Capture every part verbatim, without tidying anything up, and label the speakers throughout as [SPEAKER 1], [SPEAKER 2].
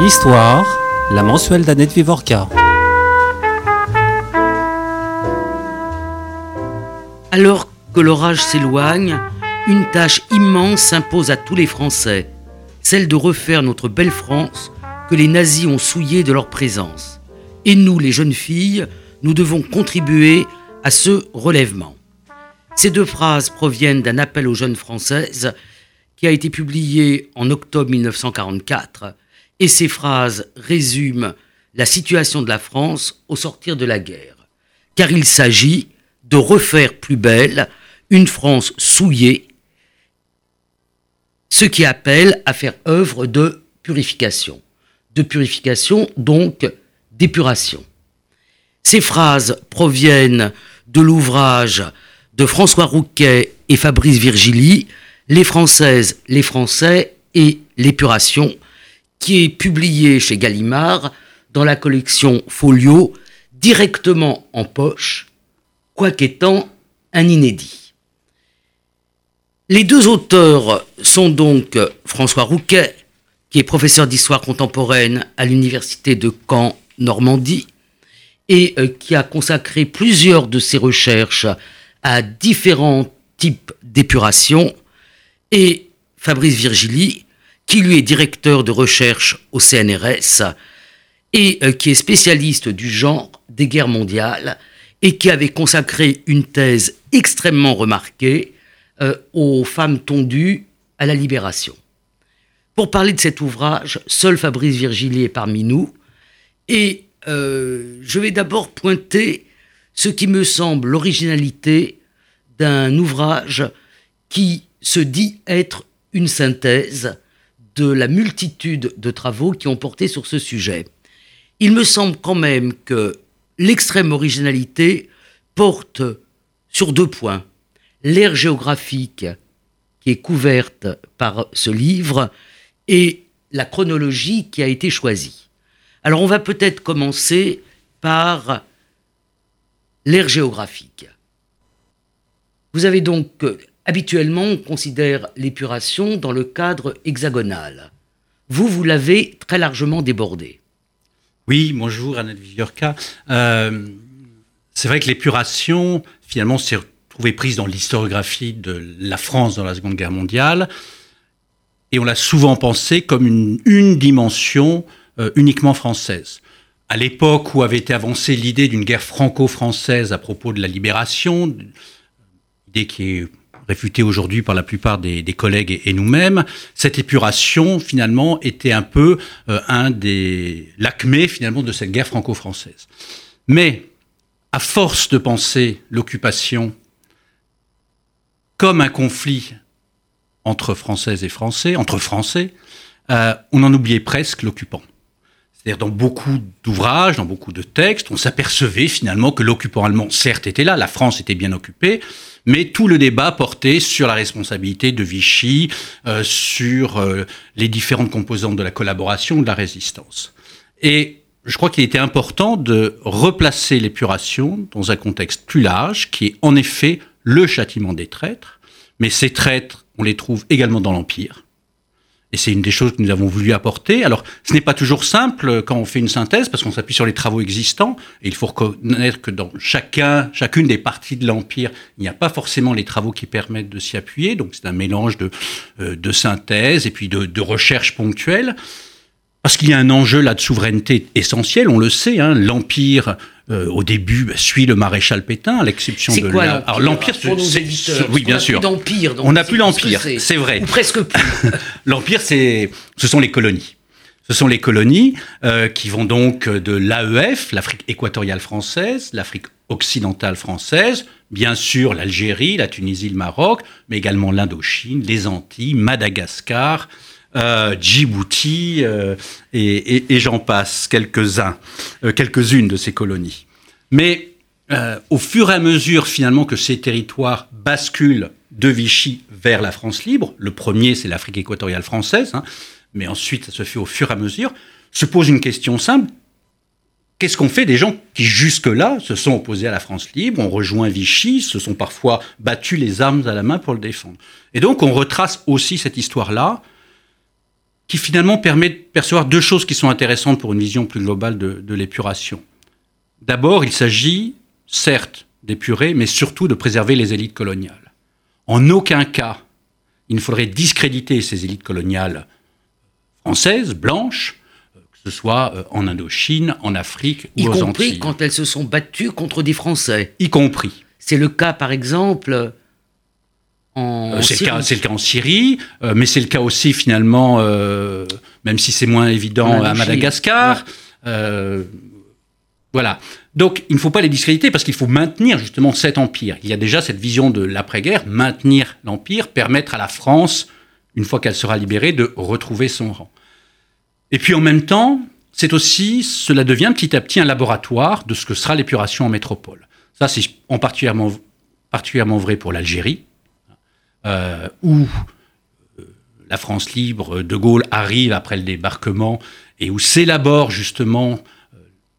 [SPEAKER 1] Histoire, la mensuelle d'Annette Vivorca.
[SPEAKER 2] Alors que l'orage s'éloigne, une tâche immense s'impose à tous les Français, celle de refaire notre belle France que les nazis ont souillée de leur présence. Et nous, les jeunes filles, nous devons contribuer à ce relèvement. Ces deux phrases proviennent d'un appel aux jeunes Françaises qui a été publié en octobre mille neuf cent quarante-quatre, et ces phrases résument la situation de la France au sortir de la guerre. Car il s'agit de refaire plus belle une France souillée, ce qui appelle à faire œuvre de purification. De purification, donc d'épuration. Ces phrases proviennent de l'ouvrage de François Rouquet et Fabrice Virgili, Les Françaises, les Français et l'épuration, qui est publié chez Gallimard dans la collection Folio, directement en poche, quoiqu'étant un inédit. Les deux auteurs sont donc François Rouquet, qui est professeur d'histoire contemporaine à l'université de Caen, Normandie, et qui a consacré plusieurs de ses recherches à différents types d'épuration, et Fabrice Virgili, qui lui est directeur de recherche au C N R S et qui est spécialiste du genre des guerres mondiales et qui avait consacré une thèse extrêmement remarquée euh, aux femmes tondues à la Libération. Pour parler de cet ouvrage, seul Fabrice Virgili est parmi nous, et euh, je vais d'abord pointer ce qui me semble l'originalité d'un ouvrage qui se dit être une synthèse de la multitude de travaux qui ont porté sur ce sujet. Il me semble quand même que l'extrême originalité porte sur deux points. L'ère géographique qui est couverte par ce livre et la chronologie qui a été choisie. Alors on va peut-être commencer par l'ère géographique. Vous avez donc, euh, habituellement, on considère l'épuration dans le cadre hexagonal. Vous, vous l'avez très largement débordé.
[SPEAKER 3] Oui, bonjour Annette Vivorca. Euh, c'est vrai que l'épuration, finalement, s'est retrouvée prise dans l'historiographie de la France dans la Seconde Guerre mondiale, et on l'a souvent pensé comme une, une dimension euh, uniquement française. À l'époque où avait été avancée l'idée d'une guerre franco-française à propos de la libération, idée qui est réfutée aujourd'hui par la plupart des, des collègues et, et nous-mêmes, cette épuration, finalement, était un peu euh, un des l'acmé, finalement, de cette guerre franco-française. Mais, à force de penser l'occupation comme un conflit entre Françaises et Français, entre Français, euh, on en oubliait presque l'occupant. C'est-à-dire dans beaucoup d'ouvrages, dans beaucoup de textes, on s'apercevait finalement que l'occupant allemand, certes, était là, la France était bien occupée, mais tout le débat portait sur la responsabilité de Vichy, euh, sur euh, les différentes composantes de la collaboration, de la résistance. Et je crois qu'il était important de replacer l'épuration dans un contexte plus large, qui est en effet le châtiment des traîtres, mais ces traîtres, on les trouve également dans l'Empire. Et c'est une des choses que nous avons voulu apporter. Alors, ce n'est pas toujours simple quand on fait une synthèse, parce qu'on s'appuie sur les travaux existants. Et il faut reconnaître que dans chacun, chacune des parties de l'Empire, il n'y a pas forcément les travaux qui permettent de s'y appuyer. Donc, c'est un mélange de, euh, de synthèse et puis de, de recherche ponctuelle. Parce qu'il y a un enjeu là de souveraineté essentiel, on le sait. Hein, l'Empire, euh, au début, bah, suit le maréchal Pétain, à l'exception
[SPEAKER 2] c'est
[SPEAKER 3] de...
[SPEAKER 2] Quoi,
[SPEAKER 3] la...
[SPEAKER 2] l'Empire
[SPEAKER 3] Alors, l'Empire,
[SPEAKER 2] pour nos éditeurs,
[SPEAKER 3] oui, bien sûr.
[SPEAKER 2] On n'a plus d'Empire. Donc
[SPEAKER 3] on n'a plus l'Empire,
[SPEAKER 2] c'est,
[SPEAKER 3] c'est vrai.
[SPEAKER 2] Ou presque plus.
[SPEAKER 3] L'Empire, c'est, ce sont les colonies. Ce sont les colonies euh, qui vont donc de l'A E F, l'Afrique équatoriale française, l'Afrique occidentale française, bien sûr l'Algérie, la Tunisie, le Maroc, mais également l'Indochine, les Antilles, Madagascar, euh, Djibouti, euh, et, et, et j'en passe, quelques-uns, euh, quelques-unes de ces colonies. Mais euh, au fur et à mesure, finalement, que ces territoires basculent de Vichy vers la France libre, le premier, c'est l'Afrique équatoriale française, hein, mais ensuite, ça se fait au fur et à mesure, se pose une question simple. Qu'est-ce qu'on fait des gens qui, jusque-là, se sont opposés à la France libre, ont rejoint Vichy, se sont parfois battus les armes à la main pour le défendre? Et donc, on retrace aussi cette histoire-là, qui finalement permet de percevoir deux choses qui sont intéressantes pour une vision plus globale de, de l'épuration. D'abord, il s'agit, certes, d'épurer, mais surtout de préserver les élites coloniales. En aucun cas, il ne faudrait discréditer ces élites coloniales françaises, blanches, que ce soit en Indochine, en Afrique ou aux Antilles. Y
[SPEAKER 2] compris quand elles se sont battues contre des Français.
[SPEAKER 3] Y compris.
[SPEAKER 2] C'est le cas, par exemple, en
[SPEAKER 3] euh, c'est
[SPEAKER 2] Syrie.
[SPEAKER 3] Le cas, c'est le cas en Syrie, euh, mais c'est le cas aussi, finalement, euh, même si c'est moins évident, à Madagascar. Ouais. Euh, voilà. Donc, il ne faut pas les discréditer parce qu'il faut maintenir, justement, cet empire. Il y a déjà cette vision de l'après-guerre, maintenir l'empire, permettre à la France, une fois qu'elle sera libérée, de retrouver son rang. Et puis, en même temps, c'est aussi, cela devient petit à petit un laboratoire de ce que sera l'épuration en métropole. Ça, c'est en particulièrement, particulièrement vrai pour l'Algérie, euh, où euh, la France libre, De Gaulle arrive après le débarquement et où s'élabore justement euh,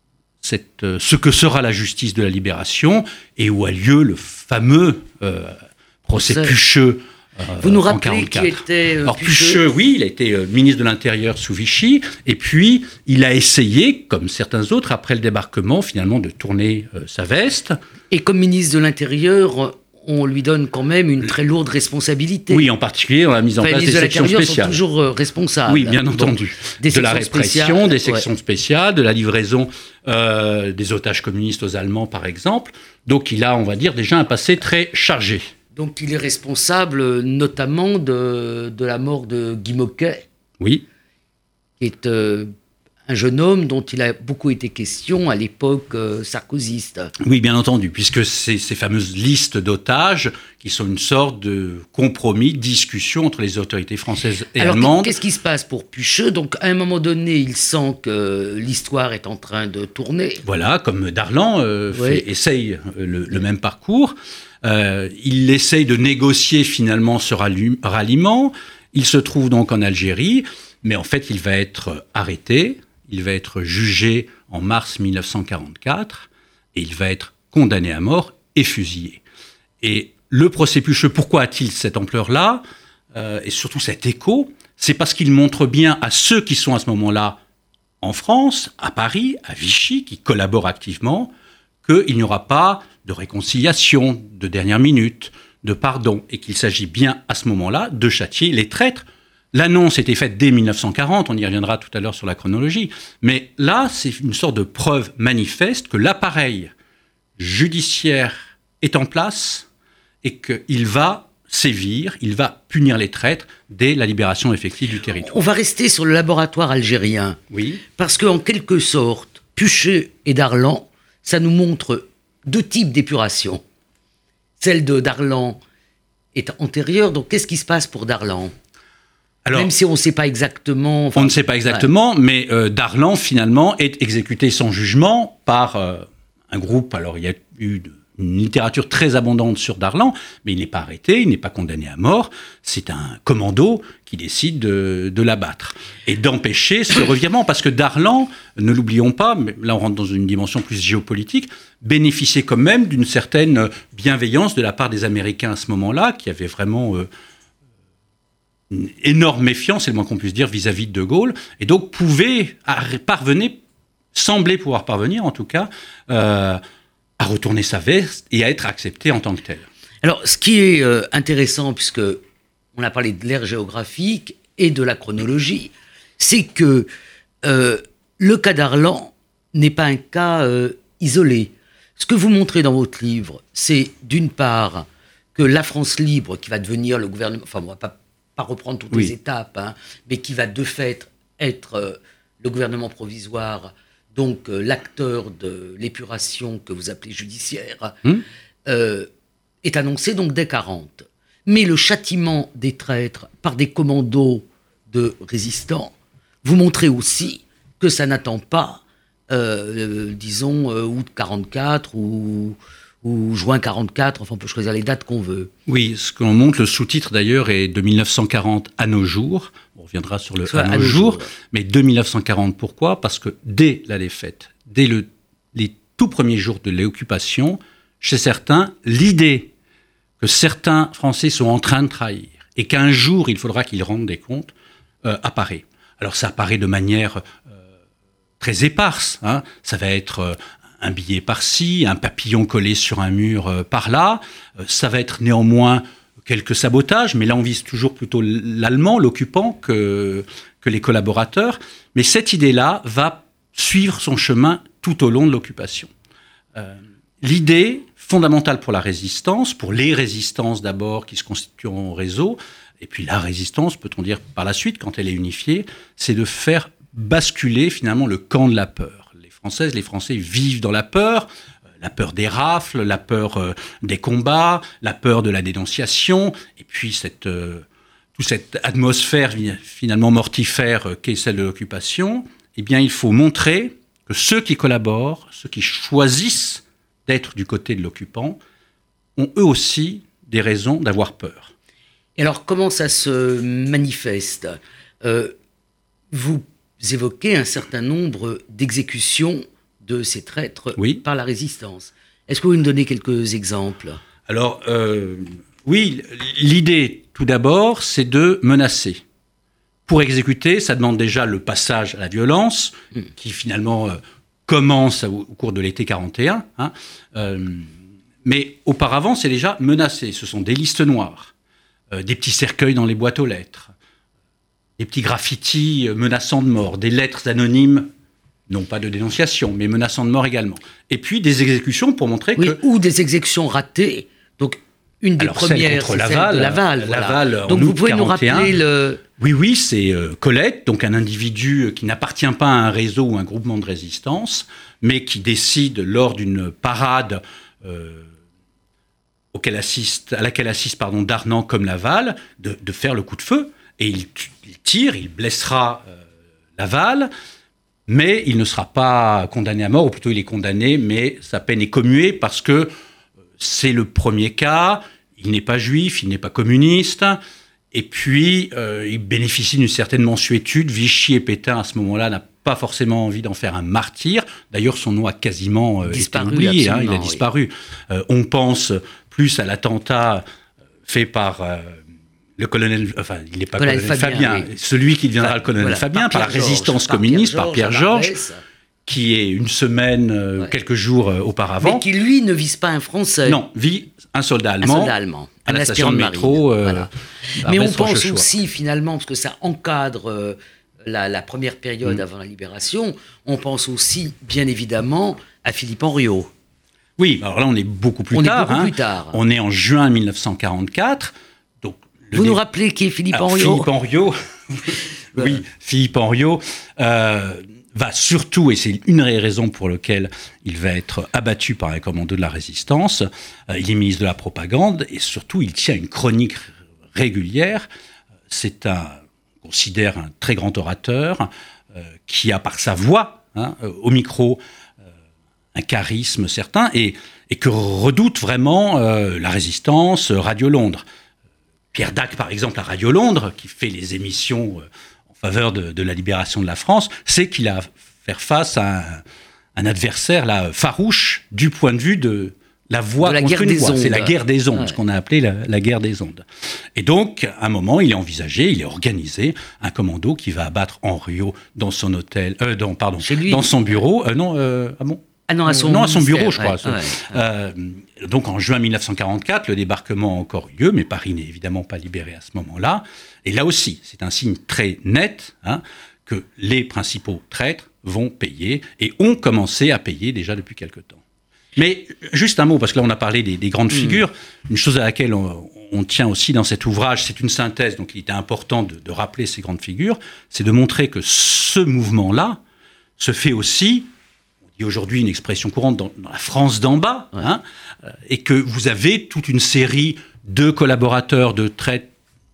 [SPEAKER 3] cette, euh, ce que sera la justice de la libération et où a lieu le fameux euh, procès Pucheux. Euh,
[SPEAKER 2] Vous nous rappelez qui était euh,
[SPEAKER 3] Alors Pucheux, oui, il a été euh, ministre de l'Intérieur sous Vichy, et puis il a essayé, comme certains autres, après le débarquement, finalement, de tourner euh, sa veste.
[SPEAKER 2] Et comme ministre de l'Intérieur, on lui donne quand même une très lourde responsabilité.
[SPEAKER 3] Oui, en particulier dans la mise en
[SPEAKER 2] enfin,
[SPEAKER 3] place des sections spéciales. Les ministres de l'Intérieur
[SPEAKER 2] sont toujours euh, responsables.
[SPEAKER 3] Oui, bien entendu.
[SPEAKER 2] Des
[SPEAKER 3] de la répression,
[SPEAKER 2] spéciales,
[SPEAKER 3] des sections
[SPEAKER 2] ouais.
[SPEAKER 3] spéciales, de la livraison euh, des otages communistes aux Allemands, par exemple. Donc il a, on va dire, déjà un passé très chargé.
[SPEAKER 2] Donc il est responsable notamment de, de la mort de Guy Moquet,
[SPEAKER 3] oui.
[SPEAKER 2] qui est euh, un jeune homme dont il a beaucoup été question à l'époque euh, sarkozyste.
[SPEAKER 3] Oui, bien entendu, puisque c'est ces fameuses listes d'otages qui sont une sorte de compromis, discussion entre les autorités françaises et
[SPEAKER 2] Alors,
[SPEAKER 3] allemandes.
[SPEAKER 2] Qu'est-ce qui se passe pour Pucheux ? Donc à un moment donné, il sent que l'histoire est en train de tourner.
[SPEAKER 3] Voilà, comme Darlan euh,
[SPEAKER 2] oui.
[SPEAKER 3] fait, essaye le, le même parcours. Euh, il essaye de négocier finalement ce ralliement. Il se trouve donc en Algérie, mais en fait, il va être arrêté. Il va être jugé en mars mille neuf cent quarante-quatre et il va être condamné à mort et fusillé. Et le procès Pucheux, pourquoi a-t-il cette ampleur-là euh, et surtout cet écho ? C'est parce qu'il montre bien à ceux qui sont à ce moment-là en France, à Paris, à Vichy, qui collaborent activement, qu'il n'y aura pas de réconciliation de dernière minute, de pardon, et qu'il s'agit bien à ce moment-là de châtier les traîtres. L'annonce était faite dès mille neuf cent quarante, on y reviendra tout à l'heure sur la chronologie, mais là, c'est une sorte de preuve manifeste que l'appareil judiciaire est en place et qu'il va sévir, il va punir les traîtres dès la libération effective du territoire.
[SPEAKER 2] On va rester sur le laboratoire algérien,
[SPEAKER 3] oui.
[SPEAKER 2] Parce qu'en quelque sorte, Pucheux et Darlan, ça nous montre deux types d'épuration. Celle de Darlan est antérieure, donc qu'est-ce qui se passe pour Darlan ? Alors, même si on ne sait pas exactement...
[SPEAKER 3] Enfin, on ne sait pas exactement, ouais. mais euh, Darlan, finalement, est exécuté sans jugement par euh, un groupe. Alors, il y a eu une littérature très abondante sur Darlan, mais il n'est pas arrêté, il n'est pas condamné à mort. C'est un commando qui décide de, de l'abattre et d'empêcher ce revirement. Parce que Darlan, ne l'oublions pas, mais là on rentre dans une dimension plus géopolitique, bénéficiait quand même d'une certaine bienveillance de la part des Américains à ce moment-là, qui avaient vraiment... Euh, une énorme méfiance, c'est le moins qu'on puisse dire, vis-à-vis de De Gaulle, et donc pouvait parvenir, semblait pouvoir parvenir en tout cas, euh, à retourner sa veste et à être accepté en tant que tel.
[SPEAKER 2] Alors, ce qui est euh, intéressant, puisque on a parlé de l'ère géographique et de la chronologie, c'est que euh, le cas d'Arlan n'est pas un cas euh, isolé. Ce que vous montrez dans votre livre, c'est d'une part que la France libre, qui va devenir le gouvernement, enfin on va pas pas reprendre toutes oui. les étapes, hein, mais qui va de fait être euh, le gouvernement provisoire, donc euh, l'acteur de l'épuration que vous appelez judiciaire, mmh. euh, est annoncé donc dès quarante. Mais le châtiment des traîtres par des commandos de résistants, vous montrez aussi que ça n'attend pas, euh, euh, disons, euh, août quarante-quatre ou... ou juin quarante-quatre, enfin on peut choisir les dates qu'on veut.
[SPEAKER 3] Oui, ce qu'on montre, le sous-titre d'ailleurs est de mille neuf cent quarante à nos jours, on reviendra sur le à, à nos jours, jours ouais. mais de mille neuf cent quarante pourquoi ? Parce que dès la défaite, dès le, les tout premiers jours de l'occupation, chez certains, l'idée que certains Français sont en train de trahir et qu'un jour il faudra qu'ils rendent des comptes euh, apparaît. alors ça apparaît de manière euh, très éparse. Hein. Ça va être euh, un billet par-ci, un papillon collé sur un mur euh, par-là. Euh, ça va être néanmoins quelques sabotages, mais là on vise toujours plutôt l'allemand, l'occupant, que, que les collaborateurs. Mais cette idée-là va suivre son chemin tout au long de l'occupation. Euh, l'idée fondamentale pour la résistance, pour les résistances d'abord qui se constituent en réseau, et puis la résistance, peut-on dire par la suite, quand elle est unifiée, c'est de faire basculer finalement le camp de la peur. Les Françaises, les Français vivent dans la peur, la peur des rafles, la peur euh, des combats, la peur de la dénonciation, et puis cette, euh, toute cette atmosphère finalement mortifère euh, qu'est celle de l'occupation. Eh bien, il faut montrer que ceux qui collaborent, ceux qui choisissent d'être du côté de l'occupant, ont eux aussi des raisons d'avoir peur.
[SPEAKER 2] Et alors, comment ça se manifeste ? euh, Vous évoquez un certain nombre d'exécutions de ces traîtres
[SPEAKER 3] oui.
[SPEAKER 2] par la résistance. Est-ce que vous nous donnez quelques exemples ?
[SPEAKER 3] Alors, euh, oui, l'idée, tout d'abord, c'est de menacer. Pour exécuter, ça demande déjà le passage à la violence, mmh. qui finalement euh, commence au, au cours de l'été quarante et un. Hein, euh, mais auparavant, c'est déjà menacer. Ce sont des listes noires, euh, des petits cercueils dans les boîtes aux lettres, des petits graffitis menaçant de mort, des lettres anonymes, non pas de dénonciation, mais menaçant de mort également. Et puis des exécutions pour montrer
[SPEAKER 2] oui,
[SPEAKER 3] que...
[SPEAKER 2] Ou des exécutions ratées. Donc, une des
[SPEAKER 3] Alors,
[SPEAKER 2] premières,
[SPEAKER 3] contre
[SPEAKER 2] c'est
[SPEAKER 3] Laval,
[SPEAKER 2] celle de Laval.
[SPEAKER 3] Laval
[SPEAKER 2] voilà.
[SPEAKER 3] en
[SPEAKER 2] Donc, vous
[SPEAKER 3] août
[SPEAKER 2] pouvez
[SPEAKER 3] quarante et un.
[SPEAKER 2] Nous rappeler le...
[SPEAKER 3] Oui, oui, c'est euh, Colette, donc un individu qui n'appartient pas à un réseau ou un groupement de résistance, mais qui décide, lors d'une parade euh, auquel assiste, à laquelle assiste pardon, Darnand comme Laval, de, de faire le coup de feu. Et il, il tire, il blessera euh, Laval, mais il ne sera pas condamné à mort, ou plutôt il est condamné, mais sa peine est commuée parce que c'est le premier cas, il n'est pas juif, il n'est pas communiste, et puis euh, il bénéficie d'une certaine mansuétude. Vichy et Pétain, à ce moment-là, n'a pas forcément envie d'en faire un martyr. D'ailleurs, son nom a quasiment euh,
[SPEAKER 2] disparu,
[SPEAKER 3] été oublié, hein, il a
[SPEAKER 2] oui.
[SPEAKER 3] disparu. Euh, on pense plus à l'attentat fait par... Euh, le colonel, enfin, il n'est pas colonel, colonel Fabien, Fabien oui. celui qui deviendra enfin, le colonel voilà, Fabien, par, par la résistance Georges, communiste, par Pierre Georges, Pierre Georges qui est une semaine, euh, ouais. quelques jours euh, auparavant.
[SPEAKER 2] Mais qui, lui, ne vise pas un Français.
[SPEAKER 3] Non, vit un soldat allemand,
[SPEAKER 2] un soldat allemand
[SPEAKER 3] à la station de métro. Euh,
[SPEAKER 2] voilà. Mais on pense aussi, finalement, parce que ça encadre euh, la, la première période mmh. avant la Libération, on pense aussi, bien évidemment, à Philippe Henriot.
[SPEAKER 3] Oui, alors là, on est beaucoup plus
[SPEAKER 2] on
[SPEAKER 3] tard.
[SPEAKER 2] On est beaucoup
[SPEAKER 3] hein.
[SPEAKER 2] plus tard.
[SPEAKER 3] On est en juin mille neuf cent quarante-quatre. Donc,
[SPEAKER 2] Vous dé... nous rappelez qui est Philippe
[SPEAKER 3] alors,
[SPEAKER 2] Henriot ?
[SPEAKER 3] Philippe Henriot, oui, Philippe Henriot euh, va surtout, et c'est une des raisons pour lesquelles il va être abattu par un commando de la résistance, euh, il est ministre de la propagande, et surtout, il tient une chronique régulière. C'est un, on considère un très grand orateur, euh, qui a par sa voix, hein, euh, au micro, euh, un charisme certain, et, et que redoute vraiment euh, la résistance, euh, Radio Londres. Pierre Dac, par exemple, à Radio Londres, qui fait les émissions euh, en faveur de, de la libération de la France, sait qu'il a à faire face à un, un adversaire là, farouche du point de vue de la voix
[SPEAKER 2] de la
[SPEAKER 3] contre
[SPEAKER 2] guerre
[SPEAKER 3] une
[SPEAKER 2] des
[SPEAKER 3] voix.
[SPEAKER 2] ondes.
[SPEAKER 3] C'est la guerre des ondes,
[SPEAKER 2] ouais.
[SPEAKER 3] ce qu'on a appelé la, la guerre des ondes. Et donc, à un moment, il est envisagé, il est organisé un commando qui va abattre Henriot dans son hôtel, euh, dans, pardon,
[SPEAKER 2] Chez lui.
[SPEAKER 3] dans son bureau. Euh, non, euh, ah bon
[SPEAKER 2] Ah non, à son,
[SPEAKER 3] non, à son bureau, je
[SPEAKER 2] ouais,
[SPEAKER 3] crois.
[SPEAKER 2] Ouais,
[SPEAKER 3] euh, ouais. Donc, en juin mille neuf cent quarante-quatre, le débarquement a encore eu lieu, mais Paris n'est évidemment pas libéré à ce moment-là. Et là aussi, c'est un signe très net hein, que les principaux traîtres vont payer, et ont commencé à payer déjà depuis quelque temps. Mais juste un mot, parce que là, on a parlé des, des grandes mmh. figures. Une chose à laquelle on, on tient aussi dans cet ouvrage, c'est une synthèse, donc il était important de, de rappeler ces grandes figures, c'est de montrer que ce mouvement-là se fait aussi... Il y a aujourd'hui une expression courante dans, dans la France d'en bas, ouais. hein, euh, et que vous avez toute une série de collaborateurs de traite,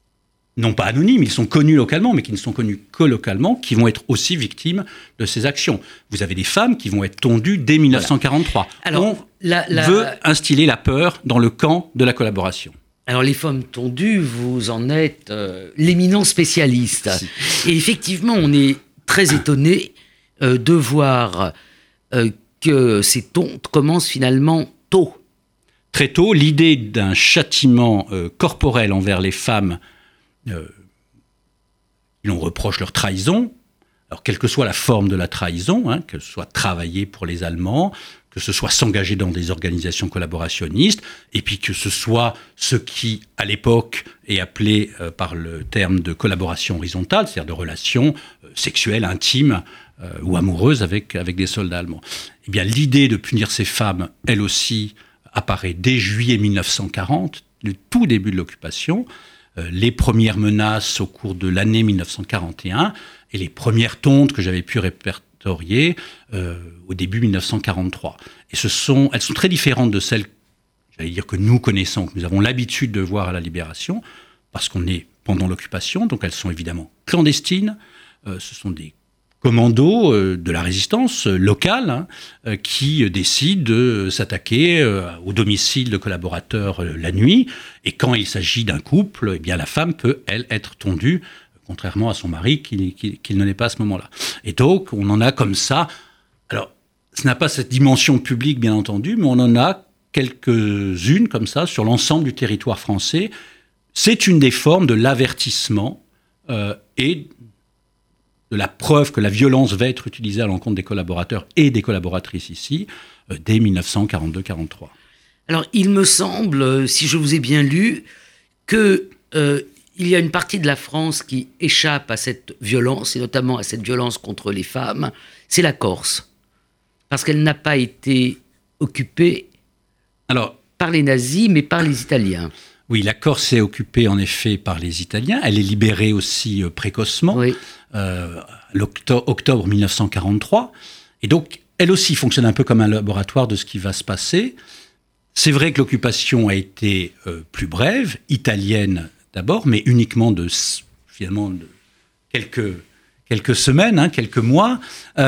[SPEAKER 3] non pas anonymes, ils sont connus localement, mais qui ne sont connus que localement, qui vont être aussi victimes de ces actions. Vous avez des femmes qui vont être tondues dès mille neuf cent quarante-trois.
[SPEAKER 2] Voilà. Alors,
[SPEAKER 3] on
[SPEAKER 2] la, la...
[SPEAKER 3] veut instiller la peur dans le camp de la collaboration.
[SPEAKER 2] Alors, les femmes tondues, vous en êtes euh, l'éminent spécialiste. Si. Et effectivement, on est très étonné euh, de voir... Euh, que ces tontes commencent finalement tôt.
[SPEAKER 3] Très tôt, l'idée d'un châtiment euh, corporel envers les femmes, euh, l'on reproche leur trahison. Alors, quelle que soit la forme de la trahison, hein, que ce soit travailler pour les Allemands, que ce soit s'engager dans des organisations collaborationnistes, et puis que ce soit ce qui, à l'époque, est appelé euh, par le terme de collaboration horizontale, c'est-à-dire de relations euh, sexuelles, intimes euh, ou amoureuses avec, avec des soldats allemands. Eh bien, l'idée de punir ces femmes, elle aussi, apparaît dès juillet mille neuf cent quarante, le tout début de l'occupation, euh, les premières menaces au cours de l'année mille neuf cent quarante et un, et les premières tontes que j'avais pu répertorier euh, au début mille neuf cent quarante-trois. Et ce sont, elles sont très différentes de celles, j'allais dire, que nous connaissons, que nous avons l'habitude de voir à la Libération, parce qu'on est pendant l'occupation, donc elles sont évidemment clandestines. Euh, ce sont des commandos euh, de la résistance euh, locale hein, euh, qui euh, décident de s'attaquer euh, au domicile de collaborateurs euh, la nuit. Et quand il s'agit d'un couple, eh bien la femme peut, elle, être tondue, contrairement à son mari, qui, qui, qui ne l'est pas à ce moment-là. Et donc, on en a comme ça. Alors, ce n'a pas cette dimension publique, bien entendu, mais on en a quelques-unes comme ça sur l'ensemble du territoire français. C'est une des formes de l'avertissement euh, et de la preuve que la violence va être utilisée à l'encontre des collaborateurs et des collaboratrices ici, euh, dès mille neuf cent quarante-deux quarante-trois.
[SPEAKER 2] Alors, il me semble, si je vous ai bien lu, que... Euh, il y a une partie de la France qui échappe à cette violence, et notamment à cette violence contre les femmes, c'est la Corse. Parce qu'elle n'a pas été occupée Alors, par les nazis, mais par les Italiens.
[SPEAKER 3] Oui, la Corse est occupée en effet par les Italiens. Elle est libérée aussi euh, précocement, oui. euh, l'octobre mille neuf cent quarante-trois. Et donc, elle aussi fonctionne un peu comme un laboratoire de ce qui va se passer. C'est vrai que l'occupation a été euh, plus brève, italienne d'abord, mais uniquement de, finalement, de quelques, quelques semaines, hein, quelques mois.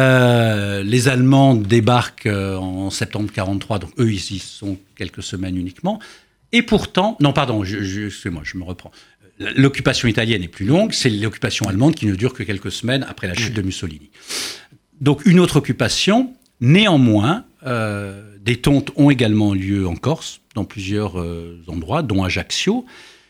[SPEAKER 3] Euh, les Allemands débarquent euh, en septembre quarante-trois, donc eux, ils y sont quelques semaines uniquement. Et pourtant, non, pardon, je, je, excusez-moi, je me reprends. L'occupation italienne est plus longue, c'est l'occupation allemande qui ne dure que quelques semaines après la chute de Mussolini. Donc, une autre occupation. Néanmoins, euh, des tontes ont également lieu en Corse, dans plusieurs euh, endroits, dont Ajaccio.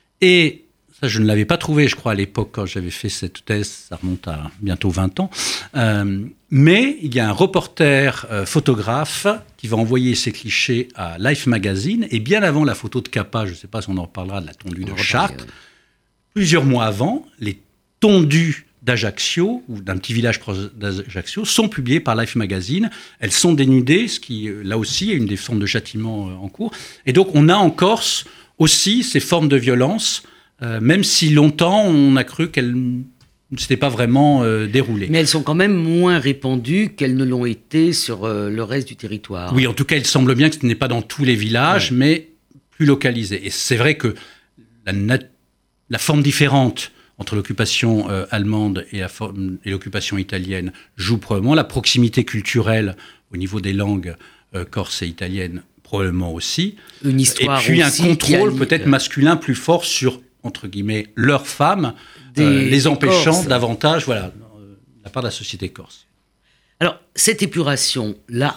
[SPEAKER 3] Et ça, je ne l'avais pas trouvé, je crois, à l'époque, quand j'avais fait cette thèse, ça remonte à bientôt vingt ans. Euh, mais il y a un reporter euh, photographe qui va envoyer ses clichés à Life Magazine, et bien avant la photo de Capa, je ne sais pas si on en reparlera, de la tondue de Chartres, plusieurs mois avant, les tondues d'Ajaccio, ou d'un petit village proche d'Ajaccio, sont publiées par Life Magazine. Elles sont dénudées, ce qui, là aussi, est une des formes de châtiment euh, en cours. Et donc, on a en Corse aussi ces formes de violence, euh, même si longtemps on a cru qu'elles ne s'étaient pas vraiment euh, déroulées.
[SPEAKER 2] Mais elles sont quand même moins répandues qu'elles ne l'ont été sur euh, le reste du territoire.
[SPEAKER 3] Oui, en tout cas, il semble bien que ce n'est pas dans tous les villages, ouais. mais plus localisé. Et c'est vrai que la, nat- la forme différente entre l'occupation euh, allemande et, la forme, et l'occupation italienne joue probablement. La proximité culturelle au niveau des langues euh, corse et italiennes probablement aussi.
[SPEAKER 2] Une histoire
[SPEAKER 3] et puis
[SPEAKER 2] aussi
[SPEAKER 3] un contrôle
[SPEAKER 2] qui
[SPEAKER 3] peut-être masculin plus fort sur, entre guillemets, leurs femmes, des, euh, les empêchant Corses. davantage, voilà, de la part de la société corse.
[SPEAKER 2] Alors, cette épuration-là,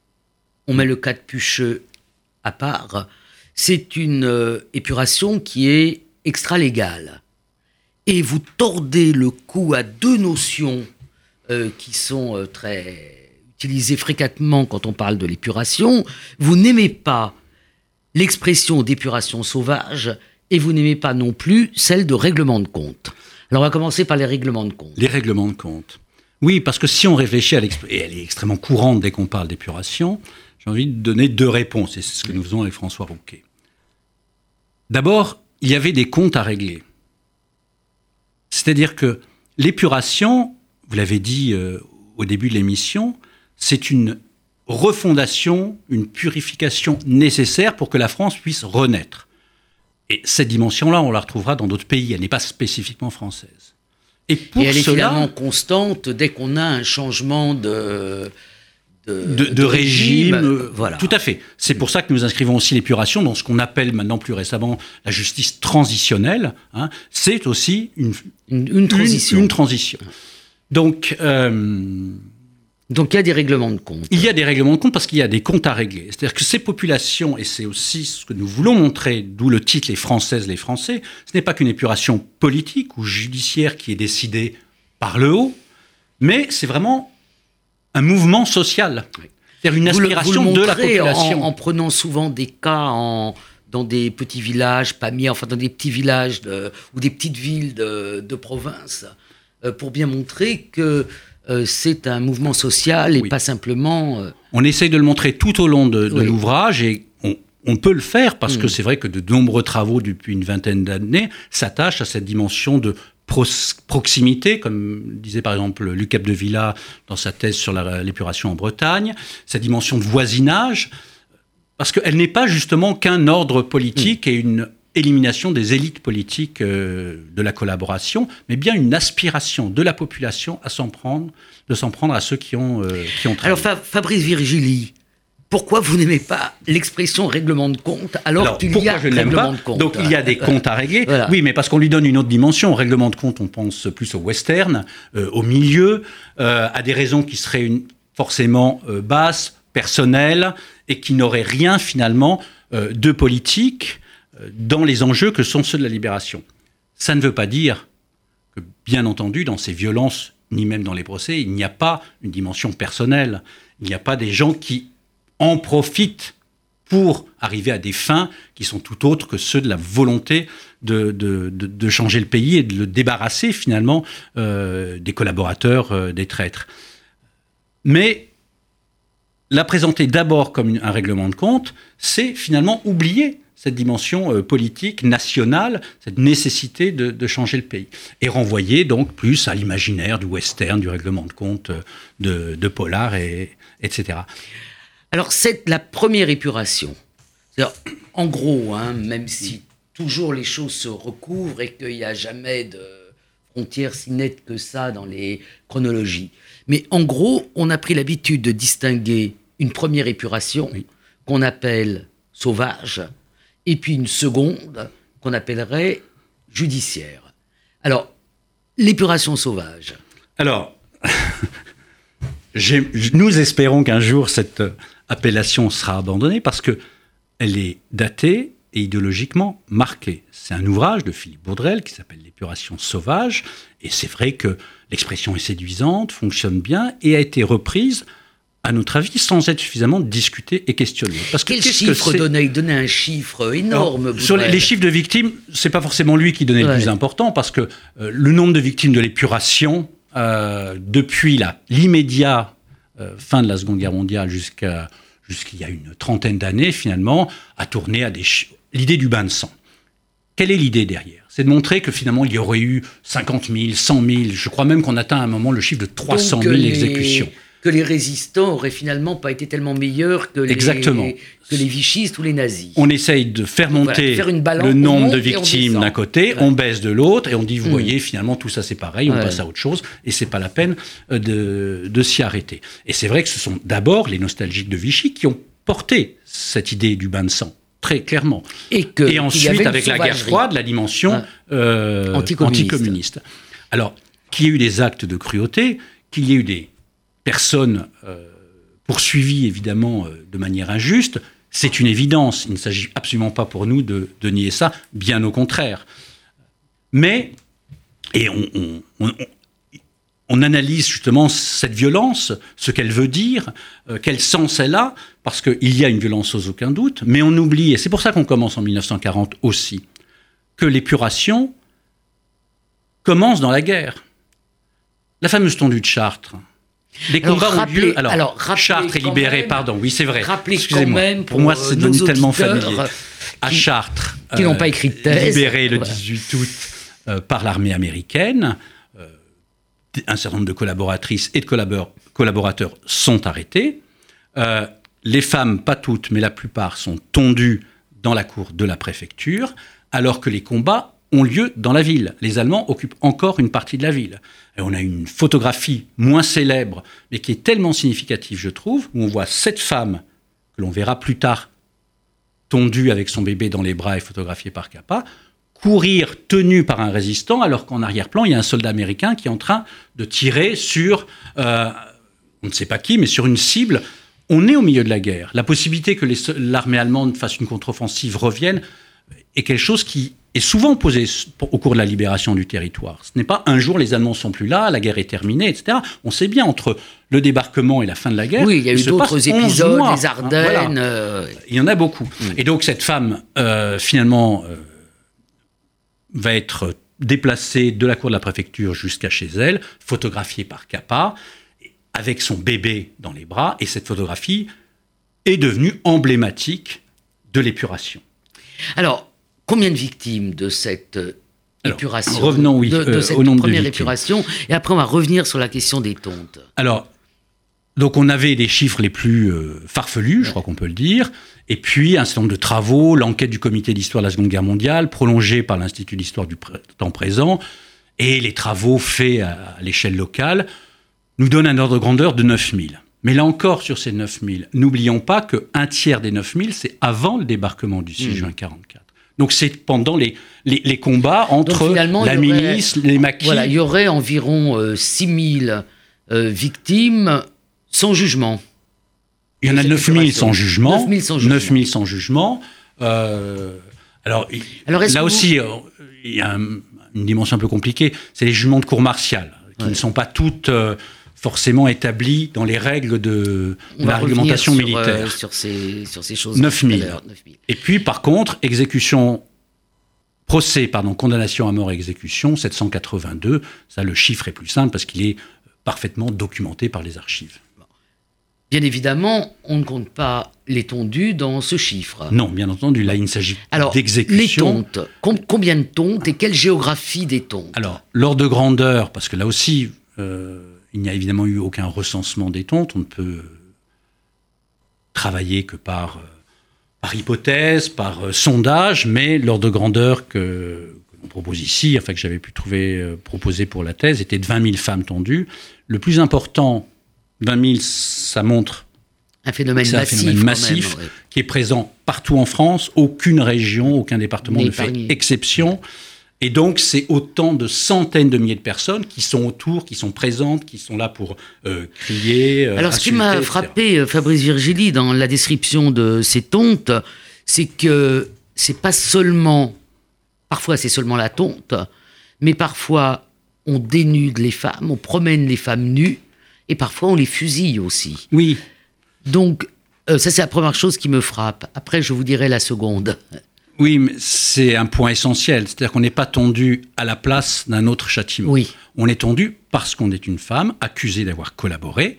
[SPEAKER 2] on met le cas de Pucheux à part, c'est une euh, épuration qui est extra-légale. Et vous tordez le cou à deux notions euh, qui sont euh, très... utilisé fréquemment quand on parle de l'épuration. Vous n'aimez pas l'expression d'épuration sauvage et vous n'aimez pas non plus celle de règlement de compte. Alors on va commencer par les règlements de compte.
[SPEAKER 3] Les règlements de compte. Oui, parce que si on réfléchit à l'expression, et elle est extrêmement courante dès qu'on parle d'épuration, j'ai envie de donner deux réponses, et c'est ce que nous faisons avec François Rouquet. D'abord, il y avait des comptes à régler. C'est-à-dire que l'épuration, vous l'avez dit euh, au début de l'émission, c'est une refondation, une purification nécessaire pour que la France puisse renaître. Et cette dimension-là, on la retrouvera dans d'autres pays. Elle n'est pas spécifiquement française. Et, pour
[SPEAKER 2] Et elle
[SPEAKER 3] cela,
[SPEAKER 2] est finalement constante dès qu'on a un changement de, de,
[SPEAKER 3] de, de, de
[SPEAKER 2] régime.
[SPEAKER 3] régime. Euh,
[SPEAKER 2] voilà.
[SPEAKER 3] Tout à fait. C'est pour ça que nous inscrivons aussi l'épuration dans ce qu'on appelle maintenant plus récemment la justice transitionnelle. Hein. C'est aussi une,
[SPEAKER 2] une, une transition.
[SPEAKER 3] Une, une transition. Donc... Euh,
[SPEAKER 2] Donc il y a des règlements de compte.
[SPEAKER 3] Il y a des règlements de compte parce qu'il y a des comptes à régler. C'est-à-dire que ces populations, et c'est aussi ce que nous voulons montrer, d'où le titre « Les Françaises, les Français », ce n'est pas qu'une épuration politique ou judiciaire qui est décidée par le haut, mais c'est vraiment un mouvement social. Oui. C'est-à-dire une aspiration
[SPEAKER 2] vous le, vous le
[SPEAKER 3] de la population.
[SPEAKER 2] En, en prenant souvent des cas en, dans des petits villages, pas mis, enfin dans des petits villages de, ou des petites villes de, de province, euh, pour bien montrer que euh, c'est un mouvement social et oui. pas simplement... Euh...
[SPEAKER 3] On essaye de le montrer tout au long de, de oui. l'ouvrage et on, on peut le faire parce mmh. que c'est vrai que de nombreux travaux depuis une vingtaine d'années s'attachent à cette dimension de proximité, comme disait par exemple Luc Capdevila dans sa thèse sur la, l'épuration en Bretagne, cette dimension de voisinage, parce qu'elle n'est pas justement qu'un ordre politique mmh. et une élimination des élites politiques euh, de la collaboration, mais bien une aspiration de la population à s'en prendre, de s'en prendre à ceux qui ont, euh, qui ont travaillé.
[SPEAKER 2] Alors Fa- Fabrice Virgili, pourquoi vous n'aimez pas l'expression règlement de compte alors, alors qu'il y a
[SPEAKER 3] je
[SPEAKER 2] règlement
[SPEAKER 3] pas
[SPEAKER 2] de compte?
[SPEAKER 3] Donc il y a des comptes à régler. Voilà. Oui, mais parce qu'on lui donne une autre dimension. Au règlement de compte, on pense plus au western, euh, au milieu, euh, à des raisons qui seraient une, forcément euh, basses, personnelles, et qui n'auraient rien finalement euh, de politique euh, dans les enjeux que sont ceux de la libération. Ça ne veut pas dire que, bien entendu, dans ces violences, ni même dans les procès, il n'y a pas une dimension personnelle. Il n'y a pas des gens qui en profitent pour arriver à des fins qui sont tout autres que ceux de la volonté de, de, de, de changer le pays et de le débarrasser finalement euh, des collaborateurs, euh, des traîtres. Mais la présenter d'abord comme une, un règlement de compte, c'est finalement oublier cette dimension euh, politique, nationale, cette nécessité de, de changer le pays. Et renvoyer donc plus à l'imaginaire du western, du règlement de compte, euh, de, de polar, et, et cetera.
[SPEAKER 2] Alors, c'est la première épuration. C'est-à-dire, en gros, hein, même si toujours les choses se recouvrent et qu'il n'y a jamais de frontières si nettes que ça dans les chronologies, mais en gros, on a pris l'habitude de distinguer une première épuration oui. qu'on appelle sauvage et puis une seconde qu'on appellerait judiciaire. Alors, l'épuration sauvage.
[SPEAKER 3] Alors, j'ai, nous espérons qu'un jour cette appellation sera abandonnée parce qu'elle est datée et idéologiquement marquée. C'est un ouvrage de Philippe Baudrel qui s'appelle « L'épuration sauvage » et c'est vrai que l'expression est séduisante, fonctionne bien et a été reprise, à notre avis, sans être suffisamment discutée et questionnée. Parce que,
[SPEAKER 2] Quel chiffre donnait ? Il donnait un chiffre énorme.
[SPEAKER 3] Alors, sur les, les chiffres de victimes, c'est pas forcément lui qui donnait ouais. le plus important parce que euh, le nombre de victimes de l'épuration, euh, depuis la, l'immédiat Euh, fin de la Seconde Guerre mondiale jusqu'à, jusqu'il y a une trentaine d'années, finalement, a tourné à des ch- l'idée du bain de sang. Quelle est l'idée derrière ? C'est de montrer que finalement, il y aurait eu cinquante mille, cent mille, je crois même qu'on atteint à un moment le chiffre de trois cent mille les, exécutions.
[SPEAKER 2] Que les résistants auraient finalement pas été tellement meilleurs que les,
[SPEAKER 3] Exactement.
[SPEAKER 2] que les vichistes ou les nazis.
[SPEAKER 3] On essaye de faire monter voilà, faire le nombre de victimes d'un côté, ouais. on baisse de l'autre, et on dit, vous mmh. voyez, finalement, tout ça c'est pareil, on ouais. passe à autre chose, et c'est pas la peine de, de s'y arrêter. Et c'est vrai que ce sont d'abord les nostalgiques de Vichy qui ont porté cette idée du bain de sang, très clairement. Et, que, et ensuite, avec la guerre froide, la dimension ouais. euh, anticommuniste. anticommuniste. Alors, qu'il y ait eu des actes de cruauté, qu'il y ait eu des personnes euh, poursuivies, évidemment, euh, de manière injuste, c'est une évidence. Il ne s'agit absolument pas pour nous de, de nier ça, bien au contraire. Mais, et on, on, on, on analyse justement cette violence, ce qu'elle veut dire, euh, quel sens elle a, parce qu'il y a une violence sans aucun doute, mais on oublie, et c'est pour ça qu'on commence en dix-neuf cent quarante aussi, que l'épuration commence dans la guerre. La fameuse tondue de Chartres. Les combats alors, ont rappelez, lieu. Alors, alors Chartres est libéré, même, pardon, oui, c'est vrai.
[SPEAKER 2] Rappelez quand même pour,
[SPEAKER 3] pour moi, c'est devenu tellement familier.
[SPEAKER 2] Qui,
[SPEAKER 3] à Chartres,
[SPEAKER 2] qui euh, n'ont pas écrit de thèse.
[SPEAKER 3] Libéré le dix-huit août euh, par l'armée américaine, euh, un certain nombre de collaboratrices et de collabor- collaborateurs sont arrêtés. Euh, les femmes, pas toutes, mais la plupart, sont tondues dans la cour de la préfecture, alors que les combats ont lieu dans la ville. Les Allemands occupent encore une partie de la ville. Et on a une photographie moins célèbre, mais qui est tellement significative, je trouve, où on voit cette femme, que l'on verra plus tard, tondue avec son bébé dans les bras et photographiée par Capa, courir tenue par un résistant, alors qu'en arrière-plan, il y a un soldat américain qui est en train de tirer sur, euh, on ne sait pas qui, mais sur une cible. On est au milieu de la guerre. La possibilité que les, l'armée allemande fasse une contre-offensive revienne est quelque chose qui est souvent posée au cours de la libération du territoire. Ce n'est pas un jour les Allemands sont plus là, la guerre est terminée, et cetera. On sait bien, entre le débarquement et la fin de la guerre,
[SPEAKER 2] oui, il y a eu d'autres épisodes,
[SPEAKER 3] mois,
[SPEAKER 2] les Ardennes.
[SPEAKER 3] Hein, voilà.
[SPEAKER 2] euh...
[SPEAKER 3] Il y en a beaucoup.
[SPEAKER 2] Mmh.
[SPEAKER 3] Et donc cette femme, euh, finalement, euh, va être déplacée de la cour de la préfecture jusqu'à chez elle, photographiée par Capa, avec son bébé dans les bras, et cette photographie est devenue emblématique de l'épuration.
[SPEAKER 2] Alors, combien de victimes de cette
[SPEAKER 3] Alors,
[SPEAKER 2] épuration
[SPEAKER 3] revenons, oui,
[SPEAKER 2] de, de
[SPEAKER 3] euh,
[SPEAKER 2] cette
[SPEAKER 3] au nombre
[SPEAKER 2] première
[SPEAKER 3] de victimes.
[SPEAKER 2] épuration, et après on va revenir sur la question des tontes.
[SPEAKER 3] Alors, donc on avait les chiffres les plus euh, farfelus, je crois qu'on peut le dire, et puis un certain nombre de travaux, l'enquête du comité d'histoire de la Seconde Guerre mondiale, prolongée par l'Institut d'histoire du pr- temps présent, et les travaux faits à, à l'échelle locale, nous donnent un ordre de grandeur de neuf mille. Mais là encore, sur ces neuf mille, n'oublions pas qu'un tiers des neuf mille, c'est avant le débarquement du six juin quarante-quatre. Donc c'est pendant les, les, les combats entre la
[SPEAKER 2] aurait,
[SPEAKER 3] milice, les maquis.
[SPEAKER 2] Voilà, il y aurait environ euh, six mille euh, victimes sans jugement.
[SPEAKER 3] Il y en a neuf mille sans jugement.
[SPEAKER 2] neuf mille sans jugement.
[SPEAKER 3] neuf mille sans jugement. Euh, alors, alors là aussi, vous... il y a un, une dimension un peu compliquée. C'est les jugements de cour martiale, qui ouais. ne sont pas toutes euh, forcément établies dans les règles de, de l'argumentation
[SPEAKER 2] sur,
[SPEAKER 3] militaire.
[SPEAKER 2] Euh, sur, ces, sur ces choses.
[SPEAKER 3] neuf mille. Et puis, par contre, exécution, procès, pardon, condamnation à mort et exécution, sept cent quatre-vingt-deux. Ça, le chiffre est plus simple parce qu'il est parfaitement documenté par les archives.
[SPEAKER 2] Bien évidemment, on ne compte pas les tondus dans ce chiffre.
[SPEAKER 3] Non, bien entendu, là, il ne s'agit
[SPEAKER 2] Alors,
[SPEAKER 3] d'exécution.
[SPEAKER 2] Les tontes, com- combien de tontes et quelle géographie des tontes?
[SPEAKER 3] Alors, l'ordre de grandeur, parce que là aussi, euh, il n'y a évidemment eu aucun recensement des tontes, on ne peut travailler que par, euh, par hypothèse, par euh, sondage, mais l'ordre de grandeur que, que l'on propose ici, enfin que j'avais pu trouver euh, proposé pour la thèse, était de vingt mille femmes tondues. Le plus important, vingt mille, ça montre
[SPEAKER 2] un phénomène
[SPEAKER 3] c'est
[SPEAKER 2] massif,
[SPEAKER 3] un phénomène massif
[SPEAKER 2] même, ouais.
[SPEAKER 3] qui est présent partout en France. Aucune région, aucun département ne fait exception. Et donc, c'est autant de centaines de milliers de personnes qui sont autour, qui sont présentes, qui sont là pour euh, crier, euh,
[SPEAKER 2] Alors, ce
[SPEAKER 3] insulter,
[SPEAKER 2] qui m'a
[SPEAKER 3] et cetera
[SPEAKER 2] frappé, Fabrice Virgili, dans la description de ces tontes, c'est que c'est pas seulement, parfois c'est seulement la tonte, mais parfois on dénude les femmes, on promène les femmes nues, et parfois on les fusille aussi.
[SPEAKER 3] Oui.
[SPEAKER 2] Donc, euh, ça c'est la première chose qui me frappe. Après, je vous dirai la seconde.
[SPEAKER 3] Oui, mais c'est un point essentiel. C'est-à-dire qu'on n'est pas tondu à la place d'un autre châtiment.
[SPEAKER 2] Oui.
[SPEAKER 3] On est tondu parce qu'on est une femme accusée d'avoir collaboré,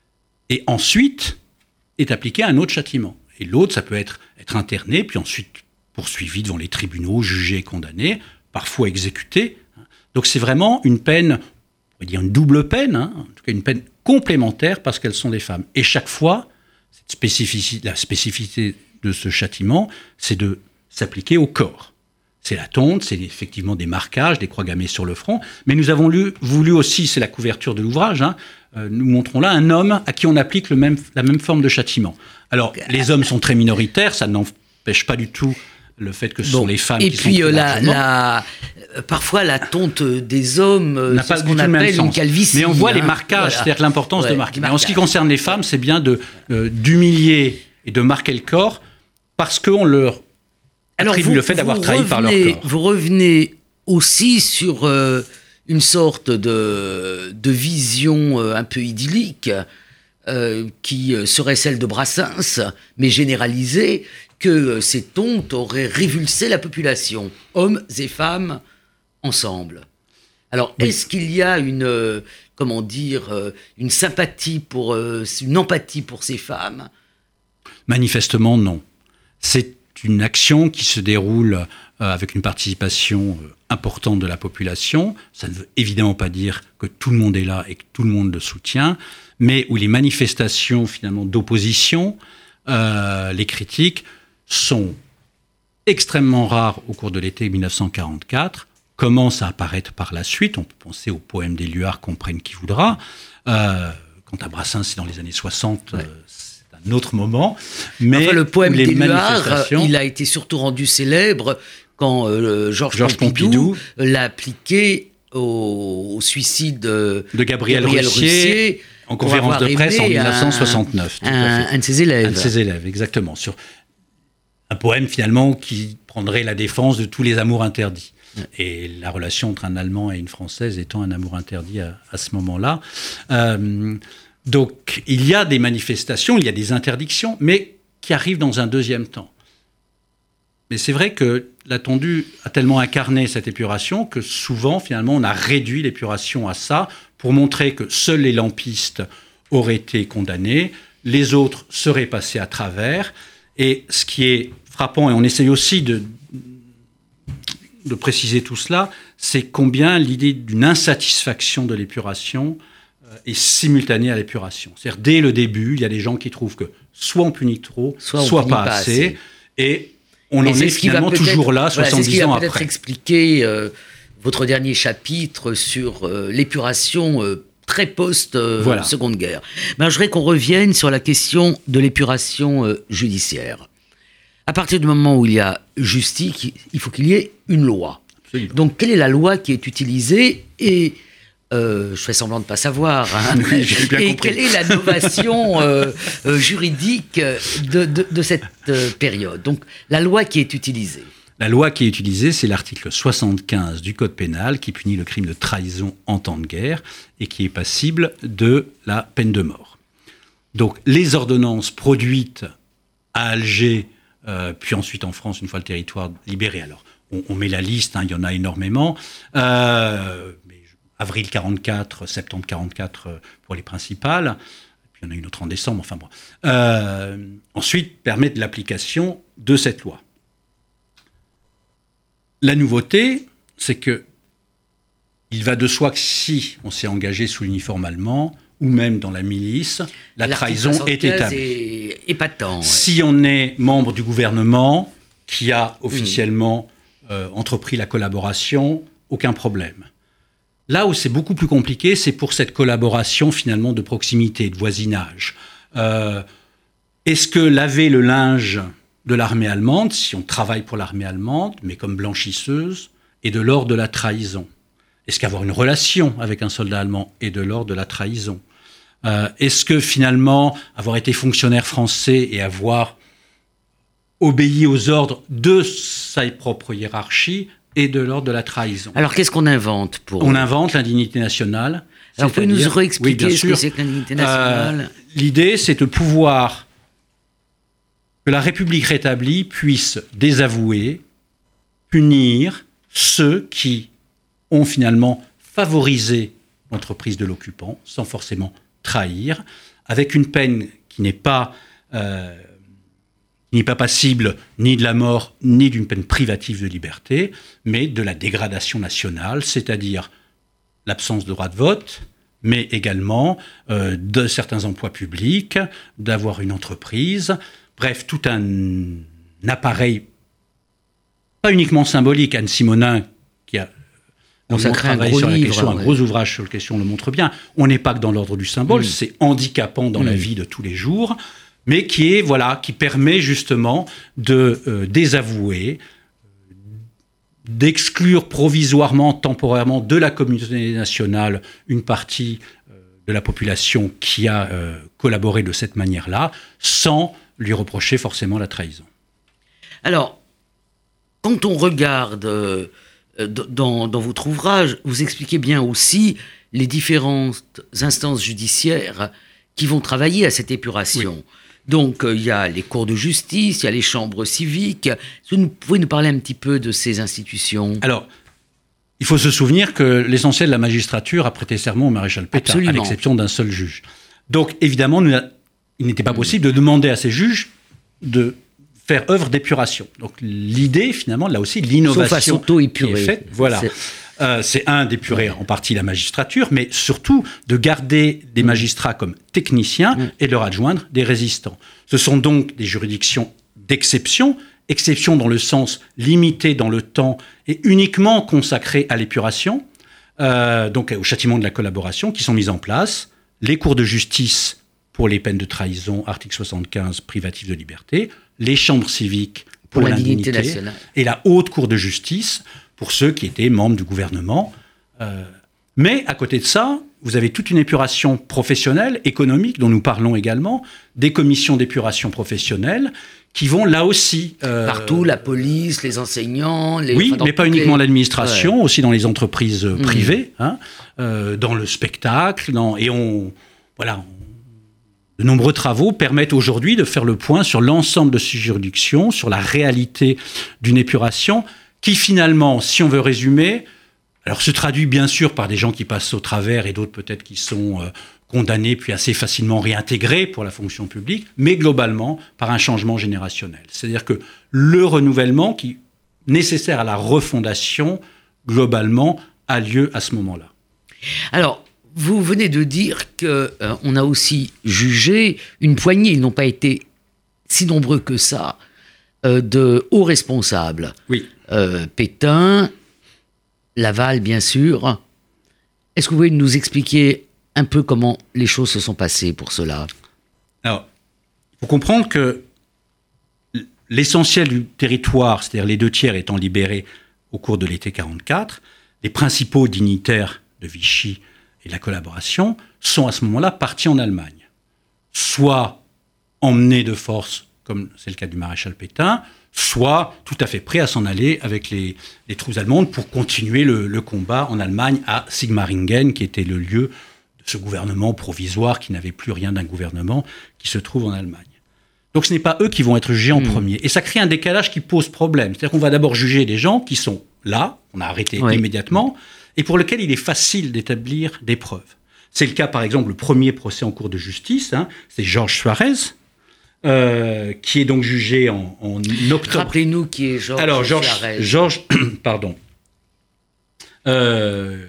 [SPEAKER 3] et ensuite est appliqué un autre châtiment. Et l'autre, ça peut être être interné, puis ensuite poursuivi devant les tribunaux, jugé et condamné, parfois exécuté. Donc c'est vraiment une peine, on pourrait dire une double peine, hein, en tout cas une peine complémentaire parce qu'elles sont des femmes. Et chaque fois, cette spécificité, la spécificité de ce châtiment, c'est de s'appliquer au corps. C'est la tonte, c'est effectivement des marquages, des croix gammées sur le front, mais nous avons lu, voulu aussi, c'est la couverture de l'ouvrage, hein, euh, nous montrons là un homme à qui on applique le même, la même forme de châtiment. Alors, les hommes sont très minoritaires, ça n'empêche pas du tout le fait que ce bon, sont les femmes
[SPEAKER 2] et
[SPEAKER 3] qui
[SPEAKER 2] puis,
[SPEAKER 3] sont
[SPEAKER 2] euh, la, la, parfois, la tonte des hommes,
[SPEAKER 3] n'a
[SPEAKER 2] c'est
[SPEAKER 3] pas
[SPEAKER 2] ce qu'on appelle une calvitie.
[SPEAKER 3] Mais on voit
[SPEAKER 2] hein,
[SPEAKER 3] les marquages,
[SPEAKER 2] voilà.
[SPEAKER 3] c'est-à-dire l'importance
[SPEAKER 2] ouais,
[SPEAKER 3] de marquer. Mais en ce qui concerne les femmes, c'est bien de, euh, d'humilier et de marquer le corps parce qu'on leur
[SPEAKER 2] Alors
[SPEAKER 3] attribue
[SPEAKER 2] vous,
[SPEAKER 3] le fait d'avoir trahi
[SPEAKER 2] revenez,
[SPEAKER 3] par leur corps.
[SPEAKER 2] Vous revenez aussi sur euh, une sorte de, de vision euh, un peu idyllique euh, qui serait celle de Brassens, mais généralisée, que ces tontes auraient révulsé la population, hommes et femmes ensemble. Alors, oui. Est-ce qu'il y a une, euh, comment dire, euh, une sympathie pour, euh, une empathie pour ces femmes ?
[SPEAKER 3] Manifestement, non. C'est une action qui se déroule euh, avec une participation euh, importante de la population. Ça ne veut évidemment pas dire que tout le monde est là et que tout le monde le soutient, mais où les manifestations finalement d'opposition, euh, les critiques, sont extrêmement rares au cours de l'été dix-neuf cent quarante-quatre, commencent à apparaître par la suite. On peut penser au poème d'Éluard, Comprenne qui voudra. Euh, quant à Brassens, c'est dans les années soixante, ouais. euh, c'est un autre moment. Mais
[SPEAKER 2] enfin, le poème
[SPEAKER 3] les
[SPEAKER 2] d'Éluard,
[SPEAKER 3] manifestations...
[SPEAKER 2] il a été surtout rendu célèbre quand euh, Georges, Georges
[SPEAKER 3] Pompidou,
[SPEAKER 2] Pompidou l'a appliqué au, au suicide de,
[SPEAKER 3] de Gabriel,
[SPEAKER 2] Gabriel
[SPEAKER 3] Russier,
[SPEAKER 2] Russier
[SPEAKER 3] en conférence de presse en dix-neuf cent soixante-neuf.
[SPEAKER 2] Un, un, un de ses élèves.
[SPEAKER 3] Un de ses élèves, exactement. Sur... un poème finalement qui prendrait la défense de tous les amours interdits. Et la relation entre un Allemand et une Française étant un amour interdit à, à ce moment-là. Euh, donc, il y a des manifestations, il y a des interdictions, mais qui arrivent dans un deuxième temps. Mais c'est vrai que la Tondue a tellement incarné cette épuration que souvent, finalement, on a réduit l'épuration à ça pour montrer que seuls les lampistes auraient été condamnés, les autres seraient passés à travers. Et ce qui est frappant, et on essaye aussi de... de préciser tout cela, c'est combien l'idée d'une insatisfaction de l'épuration euh, est simultanée à l'épuration. C'est-à-dire, dès le début, il y a des gens qui trouvent que soit on punit trop, soit, soit punit pas, pas assez, assez, et on Mais en est finalement toujours là, soixante-dix voilà,
[SPEAKER 2] ans après. C'est ce qui va peut-être
[SPEAKER 3] après.
[SPEAKER 2] expliquer euh, votre dernier chapitre sur euh, l'épuration euh, très post-Seconde euh, voilà. Guerre. Ben, je voudrais qu'on revienne sur la question de l'épuration euh, judiciaire. À partir du moment où il y a justice, il faut qu'il y ait une loi. Absolument. Donc, quelle est la loi qui est utilisée et euh, je fais semblant de ne pas savoir. Hein, et compris. Quelle est la novation euh, euh, juridique de, de, de cette euh, période? Donc, la loi qui est utilisée.
[SPEAKER 3] La loi qui est utilisée, c'est l'article soixante-quinze du Code pénal qui punit le crime de trahison en temps de guerre et qui est passible de la peine de mort. Donc, les ordonnances produites à Alger, Euh, puis ensuite en France, une fois le territoire libéré. Alors, on, on met la liste, hein, il y en a énormément. Euh, mais, avril quarante-quatre, septembre quarante-quatre euh, pour les principales. Puis il y en a une autre en décembre, enfin bon. Euh, ensuite, permet de l'application de cette loi. La nouveauté, c'est que il va de soi que si on s'est engagé sous l'uniforme allemand, ou même dans la milice, la trahison est établie.
[SPEAKER 2] Est épatant. Ouais.
[SPEAKER 3] Si on est membre du gouvernement qui a officiellement mmh. euh, entrepris la collaboration, aucun problème. Là où c'est beaucoup plus compliqué, c'est pour cette collaboration finalement de proximité, de voisinage. Euh, est-ce que laver le linge de l'armée allemande, si on travaille pour l'armée allemande, mais comme blanchisseuse, est de l'ordre de la trahison? Est-ce qu'avoir une relation avec un soldat allemand est de l'ordre de la trahison? euh, Est-ce que finalement, avoir été fonctionnaire français et avoir obéi aux ordres de sa propre hiérarchie est de l'ordre de la trahison?
[SPEAKER 2] Alors, qu'est-ce qu'on invente pour...
[SPEAKER 3] On invente l'indignité nationale.
[SPEAKER 2] Alors, vous pouvez nous réexpliquer
[SPEAKER 3] oui,
[SPEAKER 2] ce que c'est que l'indignité nationale?
[SPEAKER 3] euh, L'idée, c'est de pouvoir que la République rétablie puisse désavouer, punir ceux qui ont finalement favorisé l'entreprise de l'occupant, sans forcément trahir, avec une peine qui n'est pas, euh, qui n'est pas passible ni de la mort, ni d'une peine privative de liberté, mais de la dégradation nationale, c'est-à-dire l'absence de droit de vote, mais également euh, de certains emplois publics, d'avoir une entreprise, bref, tout un, un appareil, pas uniquement symbolique. Anne Simonin, qui a
[SPEAKER 2] On crée un gros
[SPEAKER 3] sur la
[SPEAKER 2] livre,
[SPEAKER 3] question,
[SPEAKER 2] ouais.
[SPEAKER 3] un gros ouvrage sur la question le montre bien. On n'est pas que dans l'ordre du symbole, mmh. c'est handicapant dans mmh. la vie de tous les jours, mais qui est voilà, qui permet justement de euh, désavouer, d'exclure provisoirement, temporairement de la communauté nationale une partie euh, de la population qui a euh, collaboré de cette manière-là, sans lui reprocher forcément la trahison.
[SPEAKER 2] Alors, quand on regarde euh, dans, dans votre ouvrage, vous expliquez bien aussi les différentes instances judiciaires qui vont travailler à cette épuration. Oui. Donc, il euh, y a les cours de justice, il y a les chambres civiques. Vous pouvez nous parler un petit peu de ces institutions?
[SPEAKER 3] Alors, il faut se souvenir que l'essentiel de la magistrature a prêté serment au maréchal Pétain, Absolument. à l'exception d'un seul juge. Donc, évidemment, nous, il n'était pas possible de demander à ces juges de faire œuvre d'épuration. Donc, l'idée, finalement, là aussi, l'innovation
[SPEAKER 2] Sauf à s'auto-épurer.
[SPEAKER 3] qui est faite, voilà. C'est... Euh, c'est un, d'épurer en partie la magistrature, mais surtout de garder des magistrats comme techniciens mmh. et de leur adjoindre des résistants. Ce sont donc des juridictions d'exception, exception dans le sens limité dans le temps et uniquement consacrées à l'épuration, euh, donc au châtiment de la collaboration, qui sont mises en place, les cours de justice pour les peines de trahison, article soixante-quinze, privatif de liberté, les chambres civiques pour, pour l'indignité, l'indignité et la haute cour de justice pour ceux qui étaient membres du gouvernement. Euh, Mais à côté de ça, vous avez toute une épuration professionnelle, économique, dont nous parlons également, des commissions d'épuration professionnelle, qui vont là aussi...
[SPEAKER 2] Euh, Partout, la police, les enseignants... Les,
[SPEAKER 3] oui,
[SPEAKER 2] enfin,
[SPEAKER 3] mais pas uniquement
[SPEAKER 2] les...
[SPEAKER 3] l'administration, ouais. aussi dans les entreprises
[SPEAKER 2] mmh.
[SPEAKER 3] privées, hein, euh, dans le spectacle, dans, et on... Voilà, on, de nombreux travaux permettent aujourd'hui de faire le point sur l'ensemble de ces juridictions, sur la réalité d'une épuration, qui finalement, si on veut résumer, alors se traduit bien sûr par des gens qui passent au travers et d'autres peut-être qui sont... Euh, condamnés puis assez facilement réintégrés pour la fonction publique, mais globalement par un changement générationnel. C'est-à-dire que le renouvellement qui nécessaire à la refondation, globalement, a lieu à ce moment-là.
[SPEAKER 2] Alors, vous venez de dire qu'on euh, a aussi jugé une poignée, ils n'ont pas été si nombreux que ça, euh, de hauts responsables.
[SPEAKER 3] Oui.
[SPEAKER 2] Euh, Pétain, Laval, bien sûr. Est-ce que vous pouvez nous expliquer un peu comment les choses se sont passées pour cela?
[SPEAKER 3] Alors, il faut comprendre que l'essentiel du territoire, c'est-à-dire les deux tiers étant libérés au cours de l'été quarante-quatre, les principaux dignitaires de Vichy et de la collaboration sont à ce moment-là partis en Allemagne. Soit emmenés de force, comme c'est le cas du maréchal Pétain, soit tout à fait prêts à s'en aller avec les, les troupes allemandes pour continuer le, le combat en Allemagne à Sigmaringen, qui était le lieu ce gouvernement provisoire qui n'avait plus rien d'un gouvernement qui se trouve en Allemagne. Donc ce n'est pas eux qui vont être jugés en mmh. premier. Et ça crée un décalage qui pose problème. C'est-à-dire qu'on va d'abord juger des gens qui sont là, on a arrêté oui. immédiatement, et pour lesquels il est facile d'établir des preuves. C'est le cas, par exemple, le premier procès en cour de justice, hein, c'est Georges Suarez, euh, qui est donc jugé en, en octobre.
[SPEAKER 2] Rappelez-nous qui est Georges
[SPEAKER 3] Alors, Georges,
[SPEAKER 2] Suarez.
[SPEAKER 3] Georges, pardon. Euh,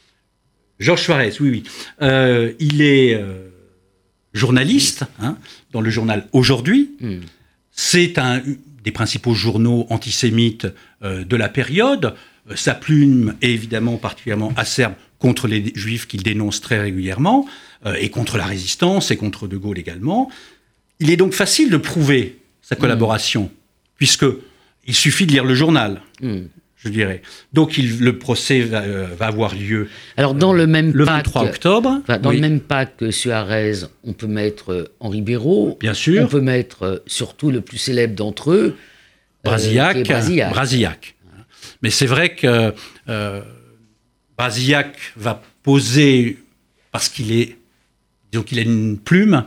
[SPEAKER 3] Georges Suarez, oui, oui. Euh, il est euh, journaliste hein, dans le journal Aujourd'hui. Mm. C'est un des principaux journaux antisémites euh, de la période. Euh, sa plume est évidemment particulièrement acerbe contre les Juifs qu'il dénonce très régulièrement, euh, et contre la résistance, et contre De Gaulle également. Il est donc facile de prouver sa collaboration, mm. puisqu'il suffit de lire le journal. Mm. Je dirais. Donc, il, le procès va, euh, va avoir lieu.
[SPEAKER 2] Alors, dans le même
[SPEAKER 3] le
[SPEAKER 2] pack,
[SPEAKER 3] vingt-trois octobre.
[SPEAKER 2] Enfin, dans
[SPEAKER 3] oui.
[SPEAKER 2] le même pack que Suarez, on peut mettre euh, Henri Béraud.
[SPEAKER 3] Bien sûr.
[SPEAKER 2] On peut mettre euh, surtout le plus célèbre d'entre eux,
[SPEAKER 3] Brasillac.
[SPEAKER 2] Euh, Brasillac.
[SPEAKER 3] Brasillac. Mais c'est vrai que euh, Brasillac va poser, parce qu'il est, disons qu'il a une plume,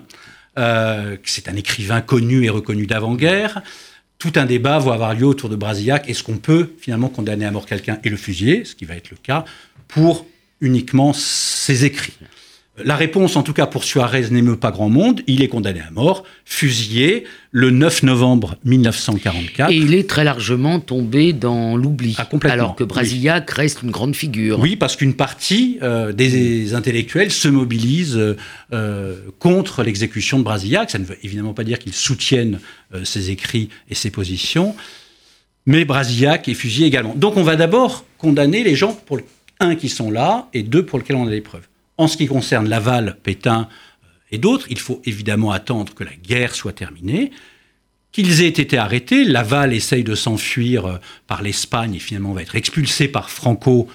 [SPEAKER 3] euh, que c'est un écrivain connu et reconnu d'avant-guerre. Tout un débat va avoir lieu autour de Brasillac. Est-ce qu'on peut finalement condamner à mort quelqu'un et le fusiller, ce qui va être le cas, pour uniquement ses écrits? La réponse, en tout cas pour Suarez, n'émeut pas grand monde. Il est condamné à mort, fusillé le neuf novembre mille neuf cent quarante-quatre.
[SPEAKER 2] Et il est très largement tombé dans l'oubli.
[SPEAKER 3] Ah, complètement.
[SPEAKER 2] Alors que Brasillac oui. reste une grande figure.
[SPEAKER 3] Oui, parce qu'une partie euh, des mmh. intellectuels se mobilise euh, contre l'exécution de Brasillac. Ça ne veut évidemment pas dire qu'ils soutiennent euh, ses écrits et ses positions. Mais Brasillac est fusillé également. Donc on va d'abord condamner les gens, pour le, un, qui sont là, et deux, pour lesquels on a des preuves. En ce qui concerne Laval, Pétain et d'autres, il faut évidemment attendre que la guerre soit terminée, qu'ils aient été arrêtés. Laval essaye de s'enfuir par l'Espagne et finalement va être expulsé par Franco,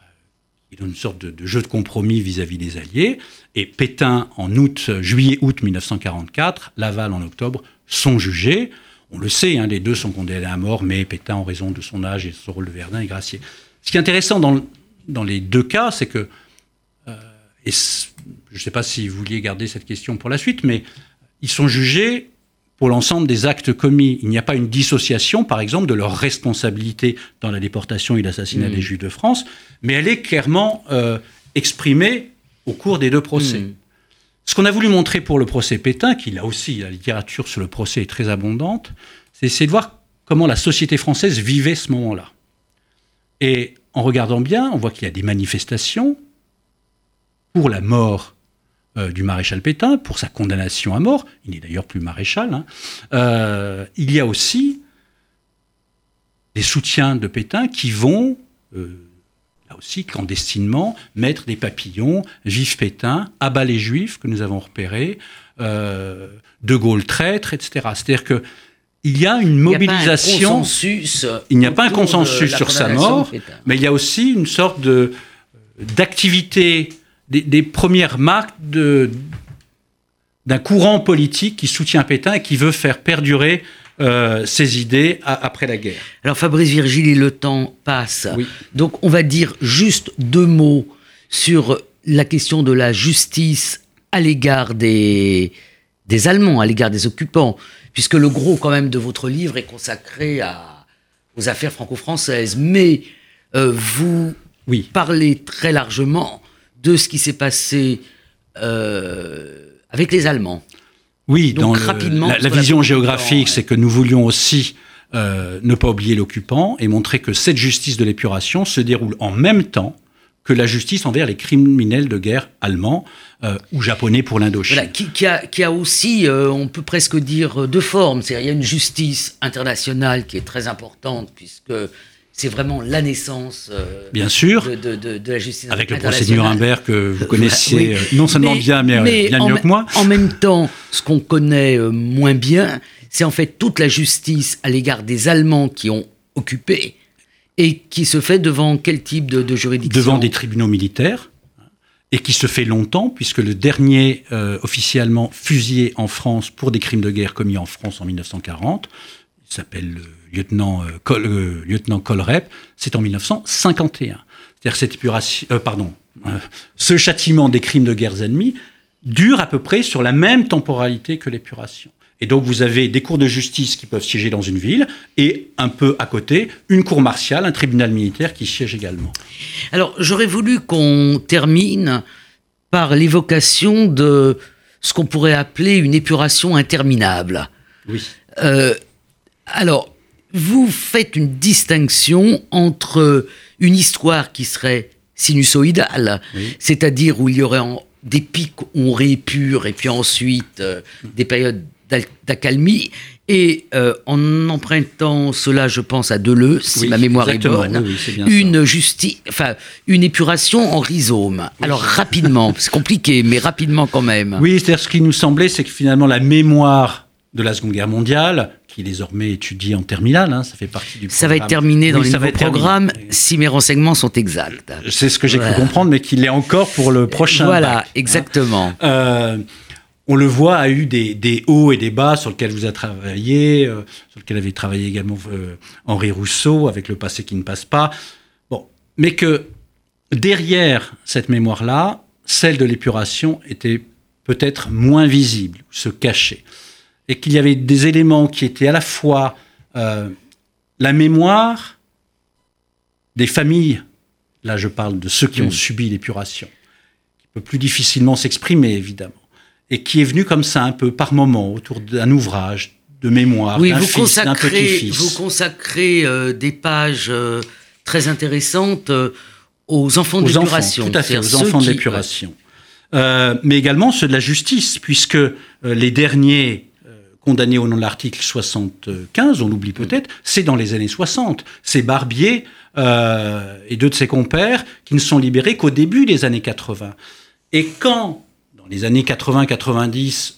[SPEAKER 3] qui est une sorte de, de jeu de compromis vis-à-vis des Alliés. Et Pétain, en août, juillet-août mille neuf cent quarante-quatre, Laval en octobre, sont jugés. On le sait, hein, les deux sont condamnés à mort, mais Pétain, en raison de son âge et de son rôle de Verdun, est gracié. Ce qui est intéressant dans, dans les deux cas, c'est que et je ne sais pas si vous vouliez garder cette question pour la suite, mais ils sont jugés pour l'ensemble des actes commis. Il n'y a pas une dissociation, par exemple, de leur responsabilité dans la déportation et l'assassinat mmh. des Juifs de France, mais elle est clairement euh, exprimée au cours des deux procès. Mmh. Ce qu'on a voulu montrer pour le procès Pétain, qui là aussi, la littérature sur le procès est très abondante, c'est essayer de voir comment la société française vivait ce moment-là. Et en regardant bien, on voit qu'il y a des manifestations pour la mort euh, du maréchal Pétain, pour sa condamnation à mort, il n'est d'ailleurs plus maréchal, hein. euh, il y a aussi des soutiens de Pétain qui vont, euh, là aussi clandestinement, mettre des papillons, vive Pétain, abat les Juifs que nous avons repérés, euh, De Gaulle traître, et cetera. C'est-à-dire que il y a une mobilisation.
[SPEAKER 2] Il n'y a pas un consensus,
[SPEAKER 3] il n'y a pas un consensus sur sa mort, mais il y a aussi une sorte de d'activité, des, des premières marques de, d'un courant politique qui soutient Pétain et qui veut faire perdurer euh, ses idées à, après la guerre.
[SPEAKER 2] Alors Fabrice Virgili, le temps passe.
[SPEAKER 3] Oui.
[SPEAKER 2] Donc on va dire juste deux mots sur la question de la justice à l'égard des, des Allemands, à l'égard des occupants, puisque le gros quand même de votre livre est consacré à, aux affaires franco-françaises. Mais euh, vous
[SPEAKER 3] oui.
[SPEAKER 2] parlez très largement de ce qui s'est passé euh, avec les Allemands.
[SPEAKER 3] Oui,
[SPEAKER 2] donc,
[SPEAKER 3] dans
[SPEAKER 2] rapidement,
[SPEAKER 3] le, la, la vision géographique,
[SPEAKER 2] temps,
[SPEAKER 3] c'est
[SPEAKER 2] ouais.
[SPEAKER 3] que nous voulions aussi euh, ne pas oublier l'occupant et montrer que cette justice de l'épuration se déroule en même temps que la justice envers les criminels de guerre allemands euh, ou japonais pour l'Indochine.
[SPEAKER 2] Voilà, qui, qui, a, qui a aussi, euh, on peut presque dire, deux formes. C'est-à-dire, il y a une justice internationale qui est très importante, puisque c'est vraiment la naissance euh,
[SPEAKER 3] bien sûr,
[SPEAKER 2] de, de, de, de la justice
[SPEAKER 3] avec le
[SPEAKER 2] internationale.
[SPEAKER 3] procès de Nuremberg que vous connaissez
[SPEAKER 2] Oui.
[SPEAKER 3] euh, non seulement
[SPEAKER 2] mais,
[SPEAKER 3] bien, mais,
[SPEAKER 2] mais
[SPEAKER 3] bien
[SPEAKER 2] en,
[SPEAKER 3] mieux que moi.
[SPEAKER 2] En même temps, ce qu'on connaît euh, moins bien, c'est en fait toute la justice à l'égard des Allemands qui ont occupé, et qui se fait devant quel type de, de juridiction ?
[SPEAKER 3] Devant des tribunaux militaires, et qui se fait longtemps, puisque le dernier euh, officiellement fusillé en France pour des crimes de guerre commis en France en dix-neuf cent quarante, il s'appelle le lieutenant, euh, Col, euh, lieutenant Colrep, c'est en dix-neuf cent cinquante et un. C'est-à-dire cette épuration, euh, pardon, euh, ce châtiment des crimes de guerre ennemis dure à peu près sur la même temporalité que l'épuration. Et donc, vous avez des cours de justice qui peuvent siéger dans une ville et un peu à côté, une cour martiale, un tribunal militaire qui siège également.
[SPEAKER 2] Alors, j'aurais voulu qu'on termine par l'évocation de ce qu'on pourrait appeler une épuration interminable.
[SPEAKER 3] Oui.
[SPEAKER 2] Euh, alors, vous faites une distinction entre une histoire qui serait sinusoïdale, oui. c'est-à-dire où il y aurait en, des pics où on réépure et puis ensuite euh, des périodes d'accalmie, et euh, en empruntant cela, je pense à Deleuze, si
[SPEAKER 3] oui,
[SPEAKER 2] ma mémoire est bonne,
[SPEAKER 3] oui, oui, c'est bien
[SPEAKER 2] une justice, enfin une épuration en rhizome. Oui. Alors rapidement, c'est compliqué, mais rapidement quand même.
[SPEAKER 3] Oui, c'est-à-dire ce qui nous semblait, c'est que finalement la mémoire de la Seconde Guerre mondiale, qui est désormais étudiée en terminale, hein, ça fait partie du programme.
[SPEAKER 2] Ça va être terminé dans
[SPEAKER 3] oui,
[SPEAKER 2] les nouveaux programmes,
[SPEAKER 3] terminé.
[SPEAKER 2] si mes renseignements sont exacts.
[SPEAKER 3] C'est ce que j'ai
[SPEAKER 2] voilà.
[SPEAKER 3] cru comprendre, mais qu'il l'est encore pour le prochain.
[SPEAKER 2] Voilà,
[SPEAKER 3] bac,
[SPEAKER 2] exactement.
[SPEAKER 3] Hein. Euh, On le voit, a eu des, des hauts et des bas sur lesquels vous avez travaillé, euh, sur lesquels avait travaillé également euh, Henri Rousseau, avec le passé qui ne passe pas. Bon, mais que derrière cette mémoire-là, celle de l'épuration était peut-être moins visible, se cachait. Et qu'il y avait des éléments qui étaient à la fois euh, la mémoire des familles, là je parle de ceux qui mmh. ont subi l'épuration, qui peut plus difficilement s'exprimer évidemment, et qui est venu comme ça un peu par moment autour d'un ouvrage de mémoire,
[SPEAKER 2] oui,
[SPEAKER 3] d'un
[SPEAKER 2] vous
[SPEAKER 3] fils, d'un petit-fils.
[SPEAKER 2] Vous consacrez euh, des pages euh, très intéressantes euh, aux enfants de
[SPEAKER 3] aux
[SPEAKER 2] l'épuration.
[SPEAKER 3] Enfants, tout à fait, aux enfants de l'épuration. Ouais. Euh, mais également ceux de la justice, puisque euh, les derniers euh, condamnés au nom de l'article soixante-quinze, on l'oublie peut-être, c'est dans les années soixante. C'est Barbier euh, et deux de ses compères qui ne sont libérés qu'au début des années quatre-vingts. Et quand dans les années quatre-vingts quatre-vingt-dix,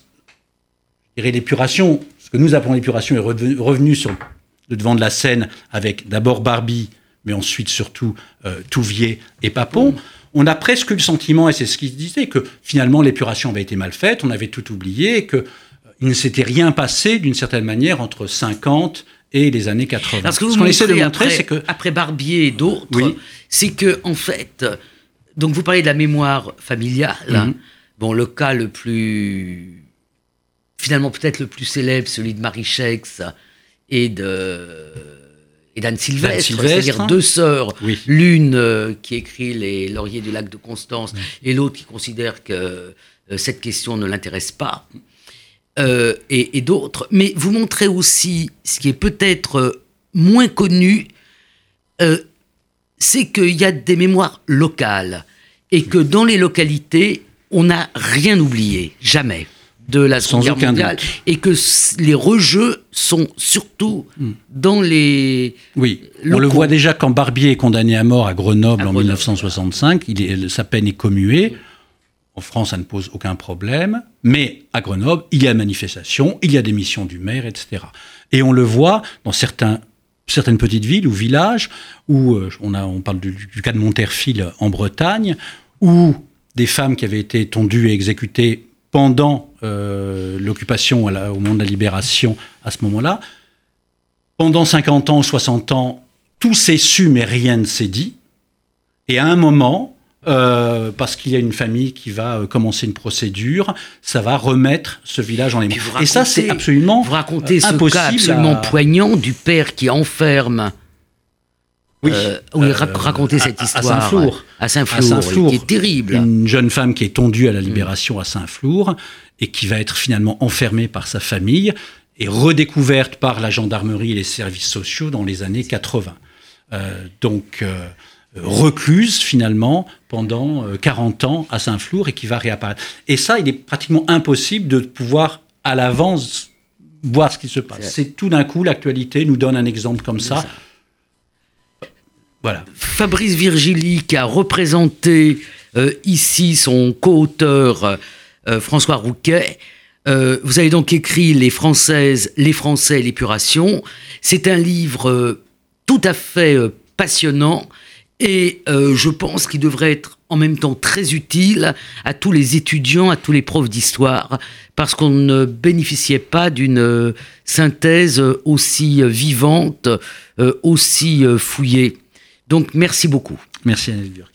[SPEAKER 3] je dirais l'épuration, ce que nous appelons l'épuration est revenu, revenu sur le devant de la scène avec d'abord Barbie, mais ensuite surtout euh, Touvier et Papon. Mmh. On a presque eu le sentiment, et c'est ce qu'il se disait, que finalement l'épuration avait été mal faite, on avait tout oublié, et qu'il euh, ne s'était rien passé d'une certaine manière entre cinquante et les années quatre-vingts.
[SPEAKER 2] Alors, ce que vous
[SPEAKER 3] ce qu'on essaie de montrer,
[SPEAKER 2] après,
[SPEAKER 3] c'est que...
[SPEAKER 2] Après Barbier et d'autres,
[SPEAKER 3] oui.
[SPEAKER 2] c'est que en fait, donc vous parlez de la mémoire familiale, mmh. Bon, le cas le plus, finalement peut-être le plus célèbre, celui de Marie Schex et de et d'Anne Sylvestre,
[SPEAKER 3] Sylvestre,
[SPEAKER 2] c'est-à-dire
[SPEAKER 3] hein.
[SPEAKER 2] deux sœurs, oui. L'une euh, qui écrit les Lauriers du lac de Constance oui. et l'autre qui considère que euh, cette question ne l'intéresse pas, euh, et, et d'autres. Mais vous montrez aussi ce qui est peut-être moins connu, euh, c'est qu'il y a des mémoires locales et que dans les localités on n'a rien oublié, jamais, de la Seconde Guerre mondiale, doute. Et que les rejeux sont surtout mm. dans les
[SPEAKER 3] Oui,
[SPEAKER 2] locaux.
[SPEAKER 3] On le voit déjà quand Barbier est condamné à mort à Grenoble à en Grenoble. dix-neuf cent soixante-cinq, il est, sa peine est commuée. Mm. En France, ça ne pose aucun problème, mais à Grenoble, il y a manifestation, il y a démission du maire, et cetera. Et on le voit dans certains certaines petites villes ou villages, où euh, on, a, on parle du, du cas de Monterfil en Bretagne, où des femmes qui avaient été tondues et exécutées pendant euh, l'occupation, à la, au moment de la libération, à ce moment-là, pendant cinquante ans, soixante ans, tout s'est su, mais rien ne s'est dit. Et à un moment, euh, parce qu'il y a une famille qui va euh, commencer une procédure, ça va remettre ce village en émoi. Et ça, c'est absolument
[SPEAKER 2] vous racontez
[SPEAKER 3] euh,
[SPEAKER 2] ce cas absolument
[SPEAKER 3] à...
[SPEAKER 2] poignant du père qui enferme.
[SPEAKER 3] Oui,
[SPEAKER 2] euh, oui, euh, racontez cette histoire.
[SPEAKER 3] À Saint-Flour.
[SPEAKER 2] À Saint-Flour, à Saint-Flour, qui est terrible.
[SPEAKER 3] Une jeune femme qui est tondue à la libération mmh. à Saint-Flour et qui va être finalement enfermée par sa famille et redécouverte par la gendarmerie et les services sociaux dans les années quatre-vingts. Euh, donc, euh, recluse finalement pendant euh, quarante ans à Saint-Flour et qui va réapparaître. Et ça, il est pratiquement impossible de pouvoir à l'avance voir ce qui se passe. C'est, C'est tout d'un coup, l'actualité nous donne un exemple comme ça. ça. Voilà.
[SPEAKER 2] Fabrice Virgili, qui a représenté euh, ici son co-auteur euh, François Rouquet, euh, vous avez donc écrit Les Françaises, les Français et l'épuration. C'est un livre euh, tout à fait euh, passionnant et euh, je pense qu'il devrait être en même temps très utile à tous les étudiants, à tous les profs d'histoire, parce qu'on ne bénéficiait pas d'une euh, synthèse aussi euh, vivante, euh, aussi euh, fouillée. Donc, merci beaucoup.
[SPEAKER 3] Merci Annette Viorca.